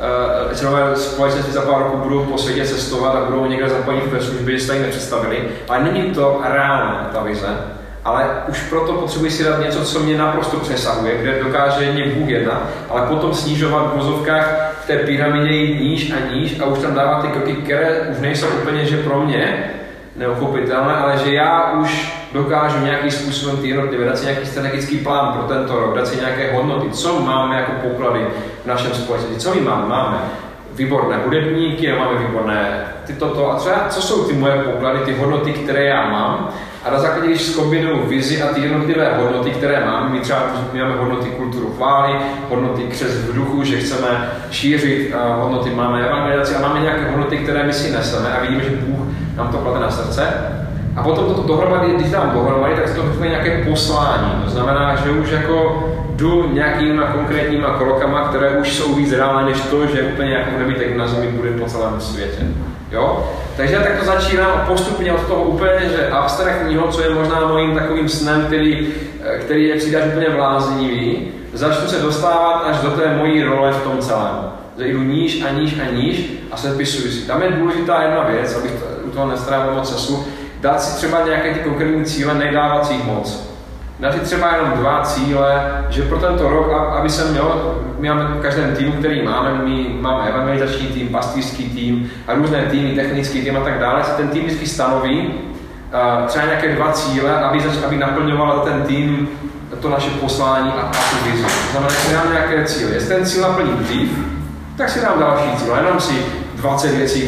členové společnosti za pár roku budou po světě cestovat a budou někde zapojit ve službě, že se tady nepředstavili. Ale není to reálné, ta vize. Ale už proto potřebuji si dát něco, co mě naprosto přesahuje, kde dokáže mě Bůh jednat, ale potom snižovat v vozovkách v té pyramidě jít níž a níž a už tam dávat ty kroky, které už nejsou úplně, že pro mě neuchopitelné, ale že já už dokážu nějakým způsobem ty jednotlivé, dát si nějaký strategický plán pro tento rok, dát si nějaké hodnoty, co máme jako poklady v našem společnosti, co my máme. Máme výborné hudebníky, máme výborné toto a třeba, co jsou ty moje poklady, ty hodnoty, které já mám. A na základě, když zkombinuju vizi a ty jednotlivé hodnoty, které máme, my třeba máme hodnoty kulturu chvály, hodnoty křest v duchu, že chceme šířit hodnoty, máme evangelizaci a máme nějaké hodnoty, které my si neseme a vidíme, že Bůh nám to klade na srdce. A potom to dohromady, když dám dohromady, tak to vytvoří nějaké poslání. To znamená, že už jako jdu nějakýma konkrétníma krokama, které už jsou víc reálné než to, že úplně jako nevítek na zemi bude po celém světě. Jo? Takže já takto začínám postupně od toho úplně, že abstraktního, co je možná mojím takovým snem, který je přijde úplně bláznivý, začnu se dostávat až do té mojí role v tom celém. Že jdu níž a níž a níž a sepisuju si. Tam je důležitá jedna věc, abych u toho nestrávil moc času, dát si třeba nějaké ty konkrétní cíle, nedávat si jich moc. Dát si třeba jenom 2 cíle, že pro tento rok, aby jsem měl, my máme v každém týmu, který my máme evangelizační tým, pastýřský tým a různé týmy, technický tým a tak dále, si ten tým vždycky stanoví třeba nějaké 2 cíle, aby naplňoval ten tým to naše poslání a tu vizi. To znamená, že si dám nějaké cíle. Jestli ten cíl naplním dřív, tak si dám další cíl. Jenom si 20 věcí,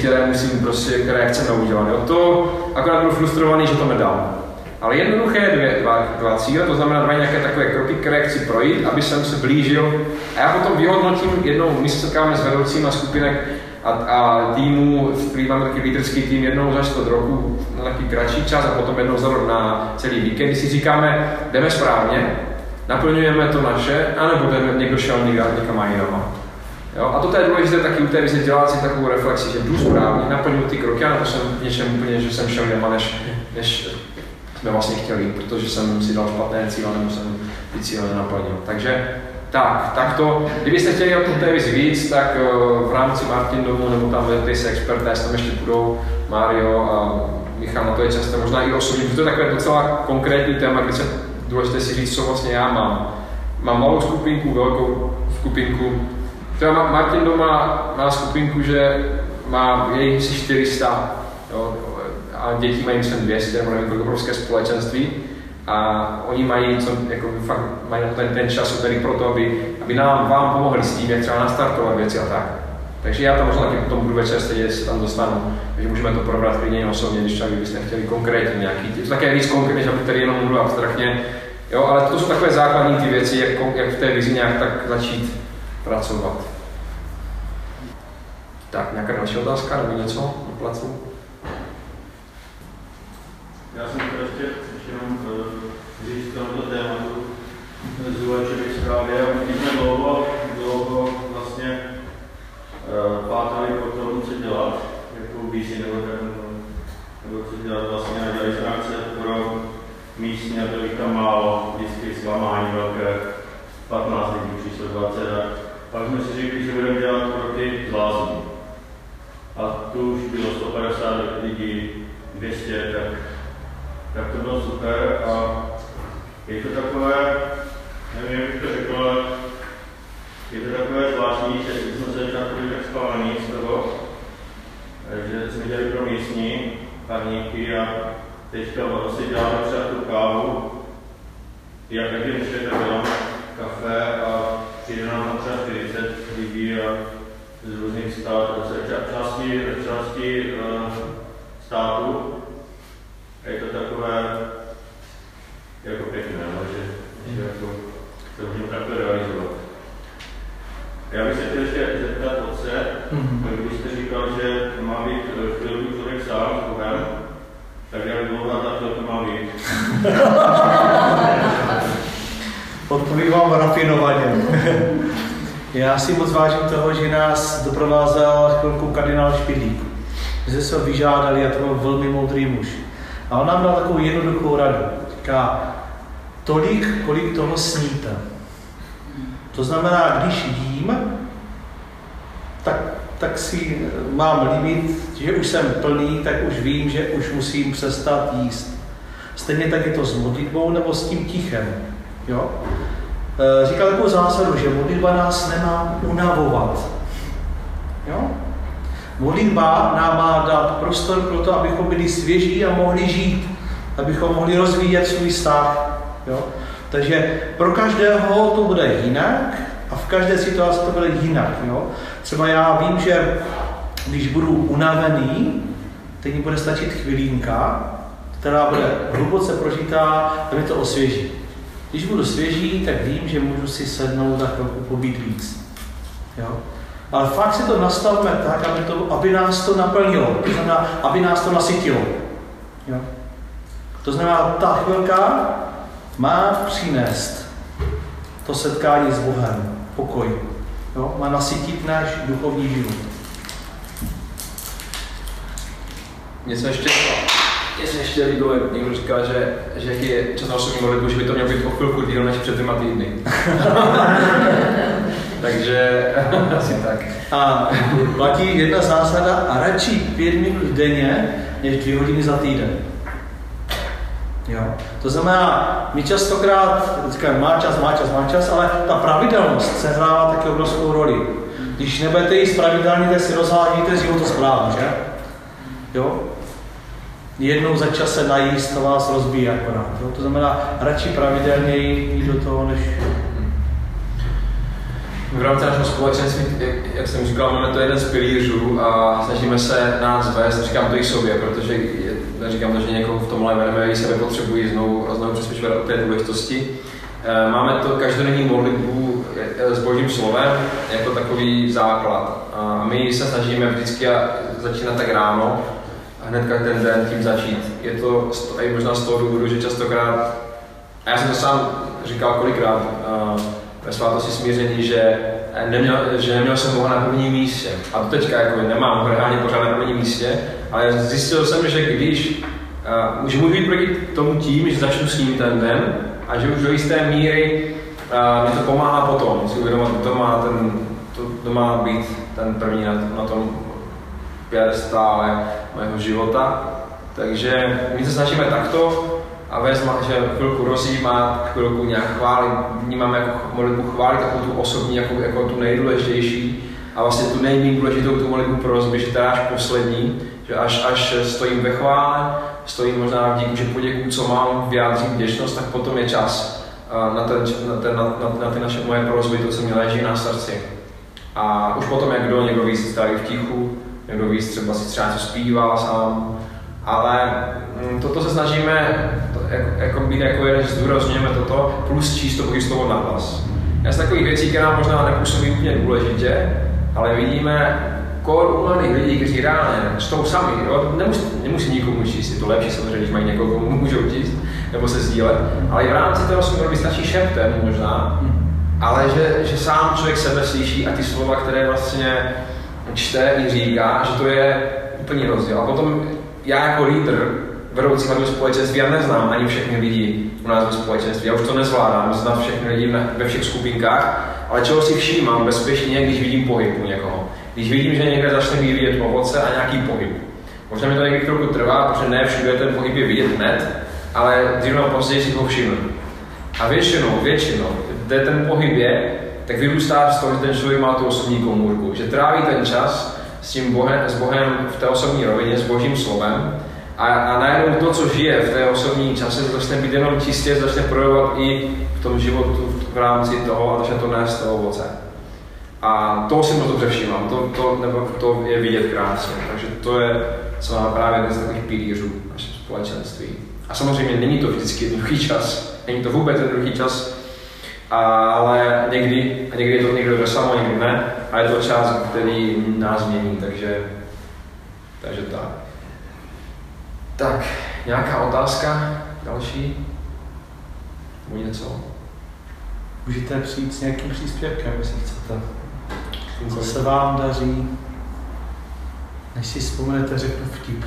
které chceme udělat. Jo? To akorát budu frustrovaný, že to nedám. Ale jednoduché 2 cíle, to znamená 2 nějaké takové kroky, které chci projít, aby jsem se blížil. A já potom vyhodnotím jednou, my se setkáme s vedoucíma skupinek a týmů, máme taky líderský tým jednou za 4 roku na takový kratší čas a potom jednou za rok na celý víkend, kdy si říkáme, jdeme správně, naplňujeme to naše, anebo někdo šel někam jinam. Jo? A toto je důležité taky u té vize dělat si takovou reflexi, že jdu správně, naplňuji ty kroky, anebo jsem v něčem úplně, že jsem šel jinam, než jsme vlastně chtěli, protože jsem si dal špatné cíle, nebo jsem ty cíle nenaplnil. Takže tak to, kdybyste chtěli o té vizi víc, tak v rámci Martin Domu nebo tam Webplace Experts, tam ještě budou Mario a Michal, na to je často možná i osobní, protože to je takové docela konkrétní téma, kdy se důležité si říct, co vlastně já mám. Mám malou skupinku, velkou skupinku. Třeba Martin Doma má skupinku, že je jich asi 400, jo, a děti mají myslím 200, nebo nevím, obrovské společenství. A oni mají, jako fakt mají ten čas který pro to, aby vám pomohli s tím, jak třeba nastartovat věci a tak. Takže já tam možná taky potom budu večer sedět, se tam dostanu. Takže můžeme to probrat klidně osobně, když třeba byste chtěli konkrétně nějaký. Je to také víc konkrétně, aby tady jenom mluvil abstraktně. Jo, ale to jsou takové základní ty věci, jak v té vizi nějak tak začít pracovat. Tak, nějaká další otázka nebo něco na placu? Já jsem to ještě jenom říct k tomuto tématu z Ulečových zprávě. My jsme dlouho vlastně pátali po tom, co dělat, jakou vízi nebo co dělat vlastně. A dělali jsme akce pro místní a bylo jich tam málo, vždycky zklamání velké, 15 lidí, přišlo 20 a pak jsme si řekli, že budeme dělat pro ty z lázní. A tu už bylo 150 lidí, 200, tak to bylo super a je to takové, nevím, jak bych to řekl, ale je to takové zvláštní, že jsme se takový tak zklamaný z toho, že jsme dělali pro místní parníky a teďka si děláme třeba tu kávu, jak taky myšli, tak dělám kafe a přijde nám tam třeba 40 lidí a z různých částí státu. A je to takové jako pěkné, že jako to můžeme takhle realizovat. Já bych se chtěl ještě zeptat otce, když jste říkal, že má být chvilku člověk sám s Bohem, tak jak dlouhá ta chvilka má být? Odpovím vám rafinovaně. Já si moc vážím toho, že nás doprovázel chvilku kardinál Špidlík. My jsme se ho vyžádali a to byl velmi moudrý muž. A on nám dal takovou jednoduchou radu. Říká, tolik, kolik toho sníte. To znamená, když jím, tak si mám limit, že už jsem plný, tak už vím, že už musím přestat jíst. Stejně tak je to s modlitbou nebo s tím tichem. Jo? Říkal takovou zásadu, že modlitba nás nemá unavovat. Jo? Modlitba nám má dát prostor pro to, abychom byli svěží a mohli žít, abychom mohli rozvíjet svůj vztah. Jo? Takže pro každého to bude jinak a v každé situaci to bude jinak. Jo? Třeba já vím, že když budu unavený, teď mi bude stačit chvilínka, která bude hluboce prožitá a mě to osvěží. Když budu svěží, tak vím, že můžu si sednout za chvilku pobít víc. Jo? Ale fakt si to nastavme tak, aby nás to naplnilo, to znamená, aby nás to nasytilo. Jo? To znamená, ta chvilka má přinést to setkání s Bohem, pokoj. Jo? Má nasytit náš duchovní život. Mně se ještě líbilo, jak někdo říká, že jak je čas na osobní modlitbu, že by to mělo být o chvilku díl než před 2 týdny. Takže asi tak. A platí jedna zásada a radši 5 minut denně, než 2 hodiny za týden. Jo. To znamená, my častokrát říkáme, má čas, ale ta pravidelnost se hrává taky obrovskou roli. Když nebudete jíst pravidelně, tak si rozhádíte životosprávu, že? Jo? Jednou za čas se najíst, to vás rozbíjí akorát. Jo? To znamená, radši pravidelně jít do toho, než... V rámci našeho společenství, jak jsem říkal, máme to jeden z pilířů a snažíme se nás vést, říkám to i sobě, protože neříkám to, že někoho v tomhle vedeme, i sebe potřebují znovu přesvědčovat o té důležitosti. Máme to každodenní modlitbu s Božím slovem jako takový základ. A my se snažíme vždycky začínat tak ráno a hnedka ten den tím začít. Je to i možná z toho důvodu, že častokrát, a já jsem to sám říkal kolikrát ve svátosti smíření, že neměl jsem Boha na prvním místě. A do teďka jako nemám ho reálně pořád na prvním místě, ale zjistil jsem, že když že můžu jít proti tomu tím, že začnu s ním ten den a že už do jisté míry mi to pomáhá potom, si uvědomit, to má být ten první na tom pědestále mého života. Takže my se snažíme takto a vezme, že chvilku rozjímat, chvilku nějak chválit, vnímáme jako modlitbu chválit, takovou tu osobní, jako tu nejdůležitější a vlastně tu nejméně důležitou tu modlitbu prosby, že to je až poslední, že až stojím ve chvále, stojím možná v díku, že poděkuju, co mám, vyjádřím vděčnost, tak potom je čas na ty naše moje prosby, to, co mi leží na srdci. A už potom, jak někdo víc staví v tichu, někdo víc třeba si třeba něco zpívá sám, ale toto se snažíme být jako jeden, že zdůrazňujeme toto, plus číst to Boží slovo na hlas. Já z takových věcí, které nám možná nepůsobí úplně důležitě, ale vidíme u mladých lidí, kteří reálně čtou sami, jo? Nemusí nikomu číst, je to lepší samozřejmě, když mají někoho, komu můžou číst, nebo se sdílet, ale i v rámci toho směru stačí šeptem možná, ale že sám člověk sebe slyší a ty slova, které vlastně čte i říká, že to je úplný rozdíl. A potom já jako lídr, vedoucí mladého společenství, já neznám ani všechny lidi u nás ve společenství, já už to nezvládám, znám všechny lidi ve všech skupinkách, ale čeho si všímám bezpečně, když vidím pohyb u někoho. Když vidím, že někde začne vyvíjet ovoce a nějaký pohyb. Možná mi to někdy chvilku trvá, protože ne všude ten pohyb je vidět hned, ale dřív nebo později si ho všimnu. A většinou, kde ten pohyb je, tak vyrůstá z toho, že ten člověk má tu osobní komůrku, že tráví ten čas s Bohem v té osobní rovině, s Božím slovem a najednou to, co žije v té osobní čase, začne být jenom čistě, začne projevovat i v tom životu v rámci toho a začne to nést toho ovoce. A toho si moc dobře všímám, to je vidět krásně, takže to je co máme právě jeden z takových pilířů našeho společenství. A samozřejmě není to vždycky jednoduchý čas, není to vůbec jednoduchý čas, ale někdy je to někdo samo, někdy ne, a je to čas, který nás mění, takže tak. Tak, nějaká otázka další? Nebo něco? Můžete přijít s nějakým příspěvkem, jestli chcete. Co se vám daří? Než si vzpomenete, řeknu vtip.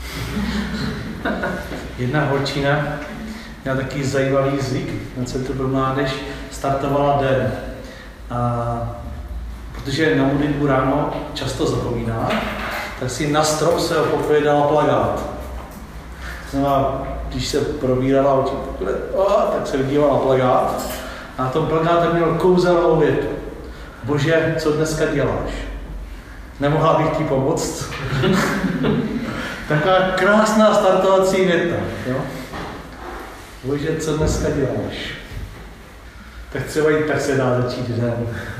Jedna holčina měla takový zajímavý zvyk. Na Centru pro mládež startovala den. A protože na modlitbu ráno často zapomíná, tak si na strop svého pokoje dala plakát. Znamená, když se probírala oči, tak se dívala na plakát. A na tom plakátu měl kouzelnou větu. Bože, co dneska děláš? Nemohla bych ti pomoct? Taková krásná startovací věta. Jo? Bože, co dneska děláš? Tak třeba i tak se dá začít den.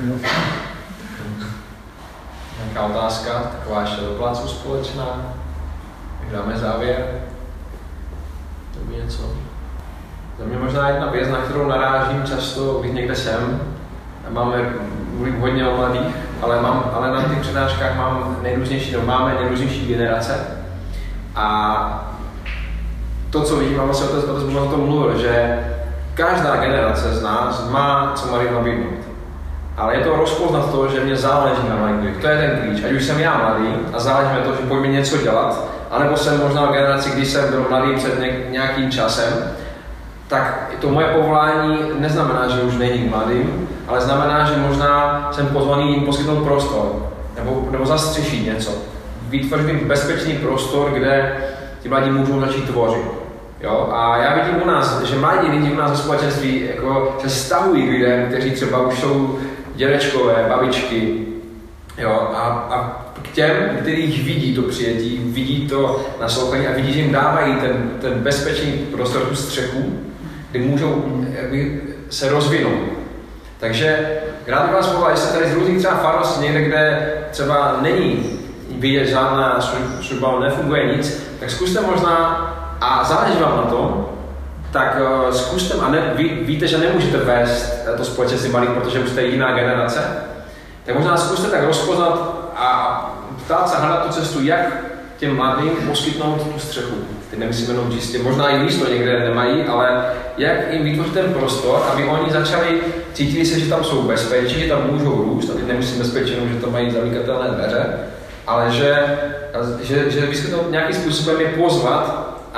Nějaká otázka, taková ještě do plácu společná. Tak dáme závěr. To by něco. Za mě možná jedna věc, na kterou narážím často, když někde jsem. Mluvím hodně o mladých, ale na těch přednáškách máme nejrůznější generace. A to, co vidím, a vlastně otec o tom mluvil, že každá generace z nás má co mladým nabídnout. Ale je to rozpoznat to, že mě záleží na mladých. To je ten klíč. Ať už jsem já mladý a záleží mi to, že pojďme něco dělat, anebo jsem možná v generaci, když jsem byl mladý před nějakým časem, tak to moje povolání neznamená, že už není mladým, ale znamená, že možná jsem pozvaný jim poskytnout prostor, nebo zastřešit něco. Vytvořit jim bezpečný prostor, kde ti mladí můžou začít tvořit. Jo? A já vidím u nás, že mladí lidi u nás ve společenství jako se stahují k lidem, kteří třeba už jsou dědečkové, babičky. Jo? A k těm, kterých vidí to přijetí, vidí to naslouchání a vidí, že jim dávají ten bezpečný prostor, tu střechu, kdy můžou se rozvinout. Takže rád bych vás povolal, že jste tady z různých třeba farností někde, kde třeba není vidět žádná služba, nefunguje nic, tak zkuste možná, a záleží vám na tom, tak zkuste, a víte, že nemůžete vést to společenství malých, protože už jste jiná generace, tak možná zkuste tak rozpoznat a ptát se, hledat tu cestu, jak těm mladým poskytnout tu střechu. Teď nemyslím jenom čistě, možná i místo někde nemají, ale jak jim vytvořit ten prostor, aby oni začali, cítili se, že tam jsou bezpečí, že tam můžou růst, a teď nemyslím bezpečí, že tam mají zamykatelné dveře, ale že vyskytnout nějakým způsobem je pozvat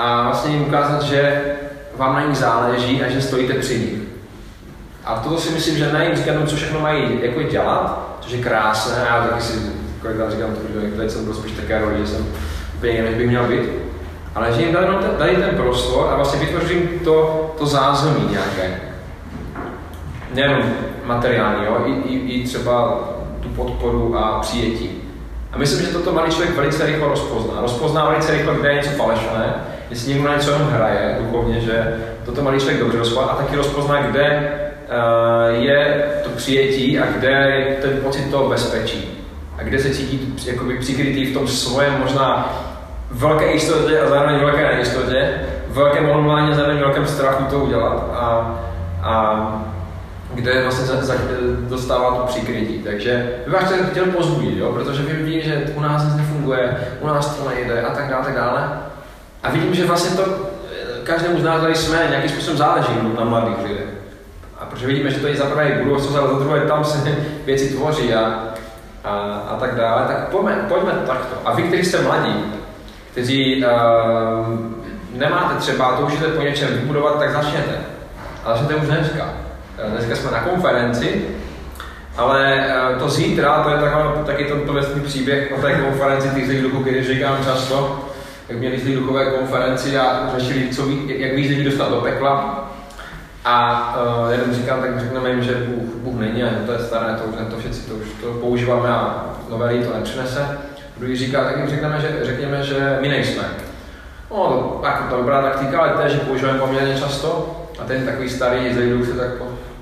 a vlastně jim ukázat, že vám na nich záleží a že stojíte při nich. A toto si myslím, že na jim říkat, co všechno mají jako dělat, což je krásné, a já taky si kolikrát říkám, že tady jsem byl spíš také roli, že jsem úplně jiný, než bych měl být. Ale že jim dají ten prostor a vlastně vytvořím to zázemí nějaké. Nejenom materiální, jo? I třeba tu podporu a přijetí. A myslím, že toto malý člověk velice rychle rozpozná. Rozpozná velice rychle, kde je něco falešné, jestli někdo na něco jenom hraje duchovně, že toto malý člověk dobře rozpozná a taky rozpozná, kde je to přijetí a kde je ten pocit toho bezpečí. A kde se cítí jakoby přikrytý v tom svém možná velké jistotě a zároveň velké nejistotě, velkém odhodlání a zároveň velkém strachu to udělat a kde vlastně dostává to přikrytí. Takže bych vás chtěl pozbudit, jo? Protože vidím, že u nás nic nefunguje, u nás to nejde a tak dále. A vidím, že vlastně to každému z nás tady jsme nějakým způsobem záleží na mladých lidech. A protože vidíme, že to je za prvé budoucnost, ale za druhé tam se věci tvoří a tak dále, tak pojďme takto. A vy, kteří jste mladí, kteří nemáte třeba, toužíte po něčem vybudovat, tak začněte. Ale začněte už dneska. Dneska jsme na konferenci, ale to zítra, to je taky tento vesný příběh o té konferenci těch zlých duchů, který říkám často, jak měli zlí duchové konferenci a řešili, jak víc lidí dostat do pekla. A jeden říkám, tak řekneme jim, že Bůh není a to je staré, to už ne to všetci, to už to používáme a nové lidi to nepřinese. Druhý říká, tak jim řekněme, že my nejsme. No, tak to dobrá taktika, ale to je, že používáme poměrně často. A ten takový starý zlý duch se tak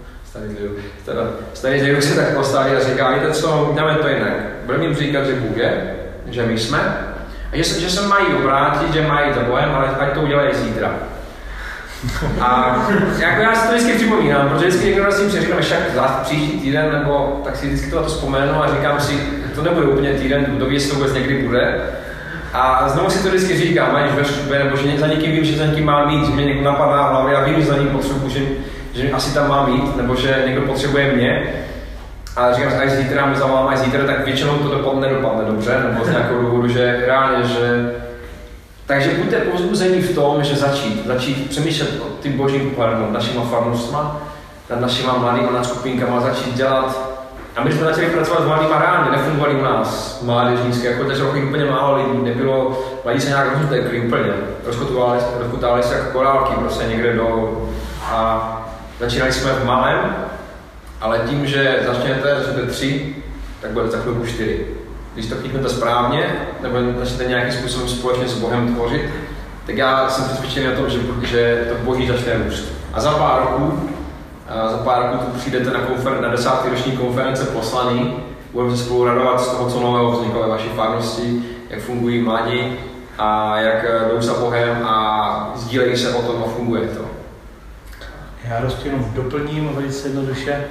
postaví a říká, víte co, uděláme to jinak. Budeme jim říkat, že Bůh je, že my jsme, a že se mají obrátit, že mají za Bohem, ale ať to udělají zítra. A jako já si to vždycky připomínám, protože vždycky někdo si říkám, však příští týden, nebo tak si vždycky to vzpomenu a říkám si, to nebude úplně týden, kdo ví, jestli to vůbec někdy bude. A znovu si to vždycky říkám, ať ve šťupě, nebo že za někým vím, že za někým mám mít, že mě někdo napadá v hlavě a vím, že za ním potřebuji, že asi tam mám mít, nebo že někdo potřebuje mě. A říkám, že až zítra mu zavolám, až zítra, tak většinou to dopadne dobře, nebo z nějakého důvodu, že reálně, že... Takže buďte povzbuzení v tom, že začít přemýšlet o tím božím pohledem, nad našima farnostma, nad našima mladýma nadskopinkama, začít dělat. A my jsme začali pracovat s mladýma reálně, nefungovali u nás mládežnické, jako takže roky úplně málo lidí, nebylo, mladí se nějak roztekli úplně, rozkutávali se jako korálky prostě někde dolů. A začínali jsme v malém, ale tím, že začnete 3, tak bude za chvilku 4. Když to chytnete správně, nebo začnete nějakým způsobem společně s Bohem tvořit, tak já jsem přesvědčený o tom, že to boží začne růst. A za pár roků tu přijdete na 10. roční konference poslaní, budeme se spolu radovat z toho, co nového vzniklo ve vaší farnosti, jak fungují mladí a jak jdou za Bohem a sdílejí se o tom a funguje to. Já jenom doplním velice jednoduše.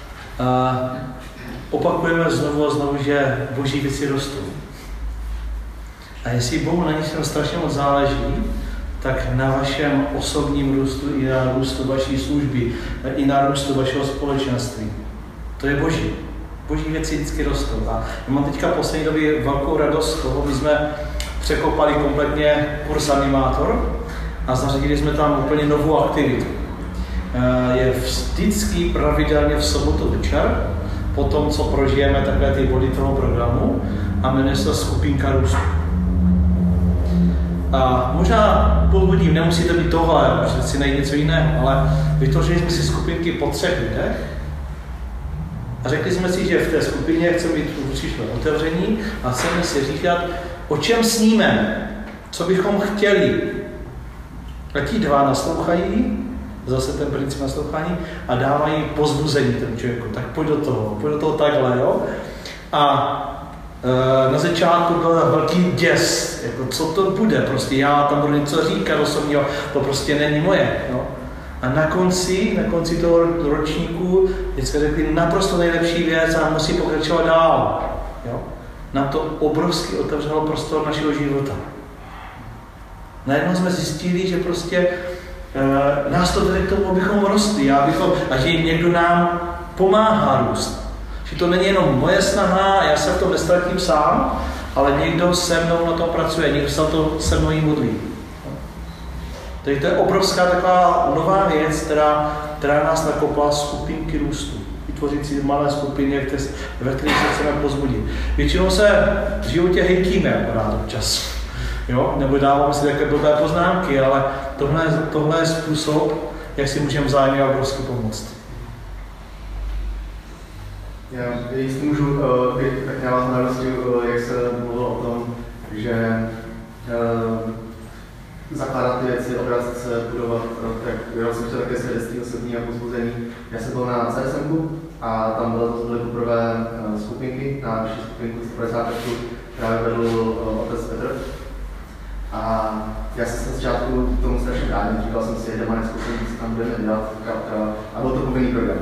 Opakujeme znovu a znovu, že boží věci rostou. A jestli Bohu na něčem strašně moc záleží, tak na vašem osobním růstu i na růstu vaší služby, i na růstu vašeho společenství. To je boží. Boží věci vždycky rostou. A já mám teďka poslední době velkou radost z toho, my jsme překopali kompletně kurz animátor a zařadili jsme tam úplně novou aktivitu. Je vždycky pravidelně v sobotu večer, po tom, co prožijeme takové ty body toho programu, a jmenuje se skupinka růstu. A možná podvodím, nemusíte být tohle, můžete si najít něco jiného, ale vytvořili jsme si skupinky po 3 lidech a řekli jsme si, že v té skupině chceme být určitě otevření a chceme si říkat, o čem sníme, co bychom chtěli. A ti 2 naslouchají, zase ten princip naslouchání, a dávají povzbuzení tomu člověku. Tak pojď do toho takhle, jo. A na začátku byl velký děs, jako co to bude, prostě já tam budu něco říkat osobního, to prostě není moje, jo. A na konci toho ročníku vždycky řekli naprosto nejlepší věc a musí pokračovat dál, jo. Nám to obrovsky otevřelo prostor našeho života. Najednou jsme zjistili, že prostě nás to vede k tomu, abychom rostli a že někdo nám pomáhá růst. Že to není jenom moje snaha, já se v tom nestratím sám, ale někdo se mnou na tom pracuje, někdo se to se mnou modlí. Takže to je obrovská taková nová věc, která nás nakopla skupinky růstu. Vytvořit si malé skupiny, ve kterých se chceme pozbudit. Většinou se v životě hejtíme akorát občas. Jo? Nebo dáváme si takové blbé poznámky, ale tohle je způsob, jak si můžeme vzájemně obrovsky pomoct. Já jestli můžu, tak já vás navrstu, jak se mluvilo o tom, že zakládat ty věci, obracet se, budovat, tak já jsem chtěl také svědectví osobní a pozbuzení. Já jsem byl na CSMku a tam byly poprvé skupinky, na naší skupinku z 50 právě vedl otec Petr. A já jsem se na začátku tomu strašně bránil, říkal jsem si, jdeme na skupinky, co tam budeme dělat, a byl to povinný program.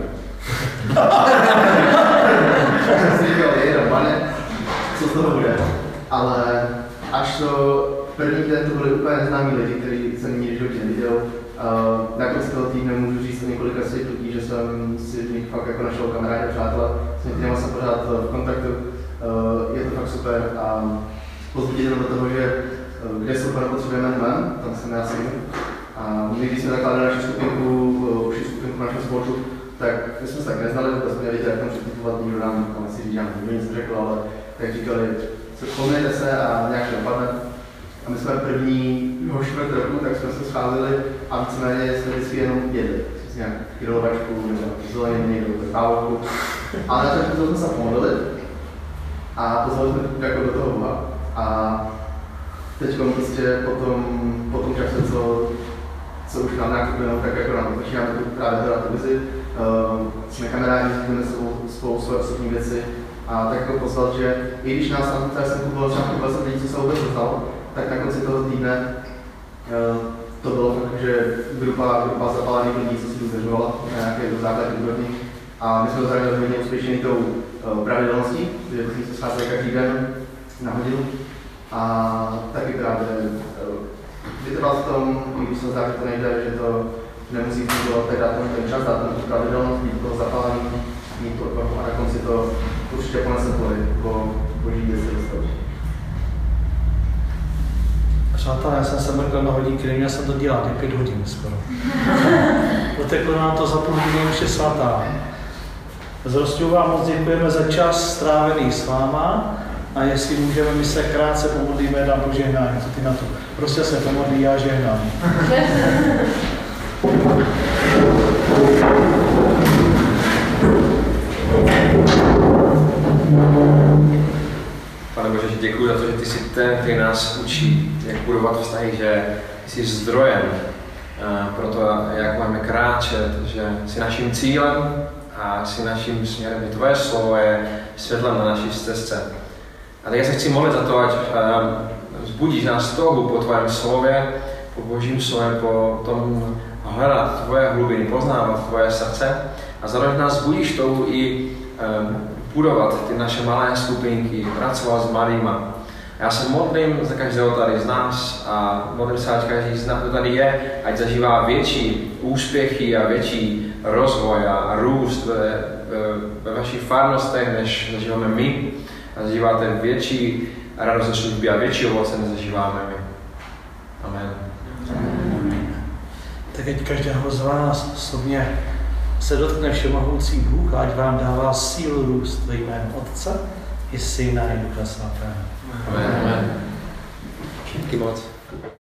Tak jsem si říkal, pane, co z toho bude. Ale až to první den to byli úplně neznámí lidi, kteří jsem nikdy v životě neviděl. Na konci toho týdne můžu říct o několika svých lidí, že jsem si v nich fakt jako našel kamarády a přátelé. S nimi jsem pořád v kontaktu. Je to fakt super a pozbudit jenom do toho, že kde jsou pana potřebujeme jmen, tam jsem já sám. A my, když jsme zakládali naši skupinku, užší skupinku našeho spolku, tak my jsme se tak neznali, vůbec jsme nevěděli, jak tam přistupovat, nikdo nám si říct, nikdo nic neřekl, ale tak říkali, pomněte se a nějak to dopadne. A my jsme prvního čtvrt roku, tak jsme se scházeli a víceméně jsme vždycky jenom jedli. Jsme nějak grilovačku, nebo zeleninu, někdo kávovku. Ale na to jsme se pomodlili a pozvali jsme jako do toho Boha. A teď prostě po tom čase, co už nám nějak uplynou, tak jako nám začínáme právě hledat tu vizi. Jsme kamarádi, jsme spolu své osobní věci. A tak jako pozval, že i když nás na CSMku bylo třeba 20 lidí, co se vůbec dostalo, tak na konci toho týdne to bylo fakt, že grupa zapálených lidí, co si tu zdržovala na nějaké základní úrovni. A my jsme to zároveň hodně úspěšní tou pravidelností, že jsme se scházeli každý den na hodinu. A taky právě vytrval v tom, když se zdá, že to nejde, že to nemusí fungovat, tak dát ten čas, dát tu pravidelnost, mít toho zapálení, mít to a na konci to určitě ponese plody, bo boží věci dostat. Přátelé, já jsem se mrkl na hodinky, neměl jsem to dělat, je 5 hodin skoro. Uteklo nám to za půl hodiny, už je svatá. S Rostou vám moc děkujeme za čas strávený s váma a jestli můžeme, my se krátce pomodlíme, dám požehnání. Co ty na to? Prostě se pomodlí, já žehnám. Pane Bože, že děkuji za to, že ty jsi ten, který nás učí, jak budovat vztahy, že jsi zdrojem pro to, jak máme kráčet, že jsi naším cílem a jsi naším směrem, že tvoje slovo je světlem na naší stezce. A tak já se chci modlit za to, ať vzbudíš nás touhu po tvém slově, po božím slově, po tom hledat tvoje hlubiny, poznávat tvoje srdce a zároveň nás vzbudíš touhu i budovat ty naše malé skupinky, pracovat s malýma. Já se modlím za každého tady z nás a modlím se, ať každý z nás, kdo tady je, ať zažívá větší úspěchy a větší rozvoj a růst ve vašich farnostech, než zažíváme my. A zažíváte větší radost ze služby a větší ovoce, než zažíváme my. Amen. Tak ať každého z vás osobně se dotkne všemohoucí Bůh, ať vám dává sílu růst ve jménu Otce i Syna i Ducha Svatého. Amen. Díky moc.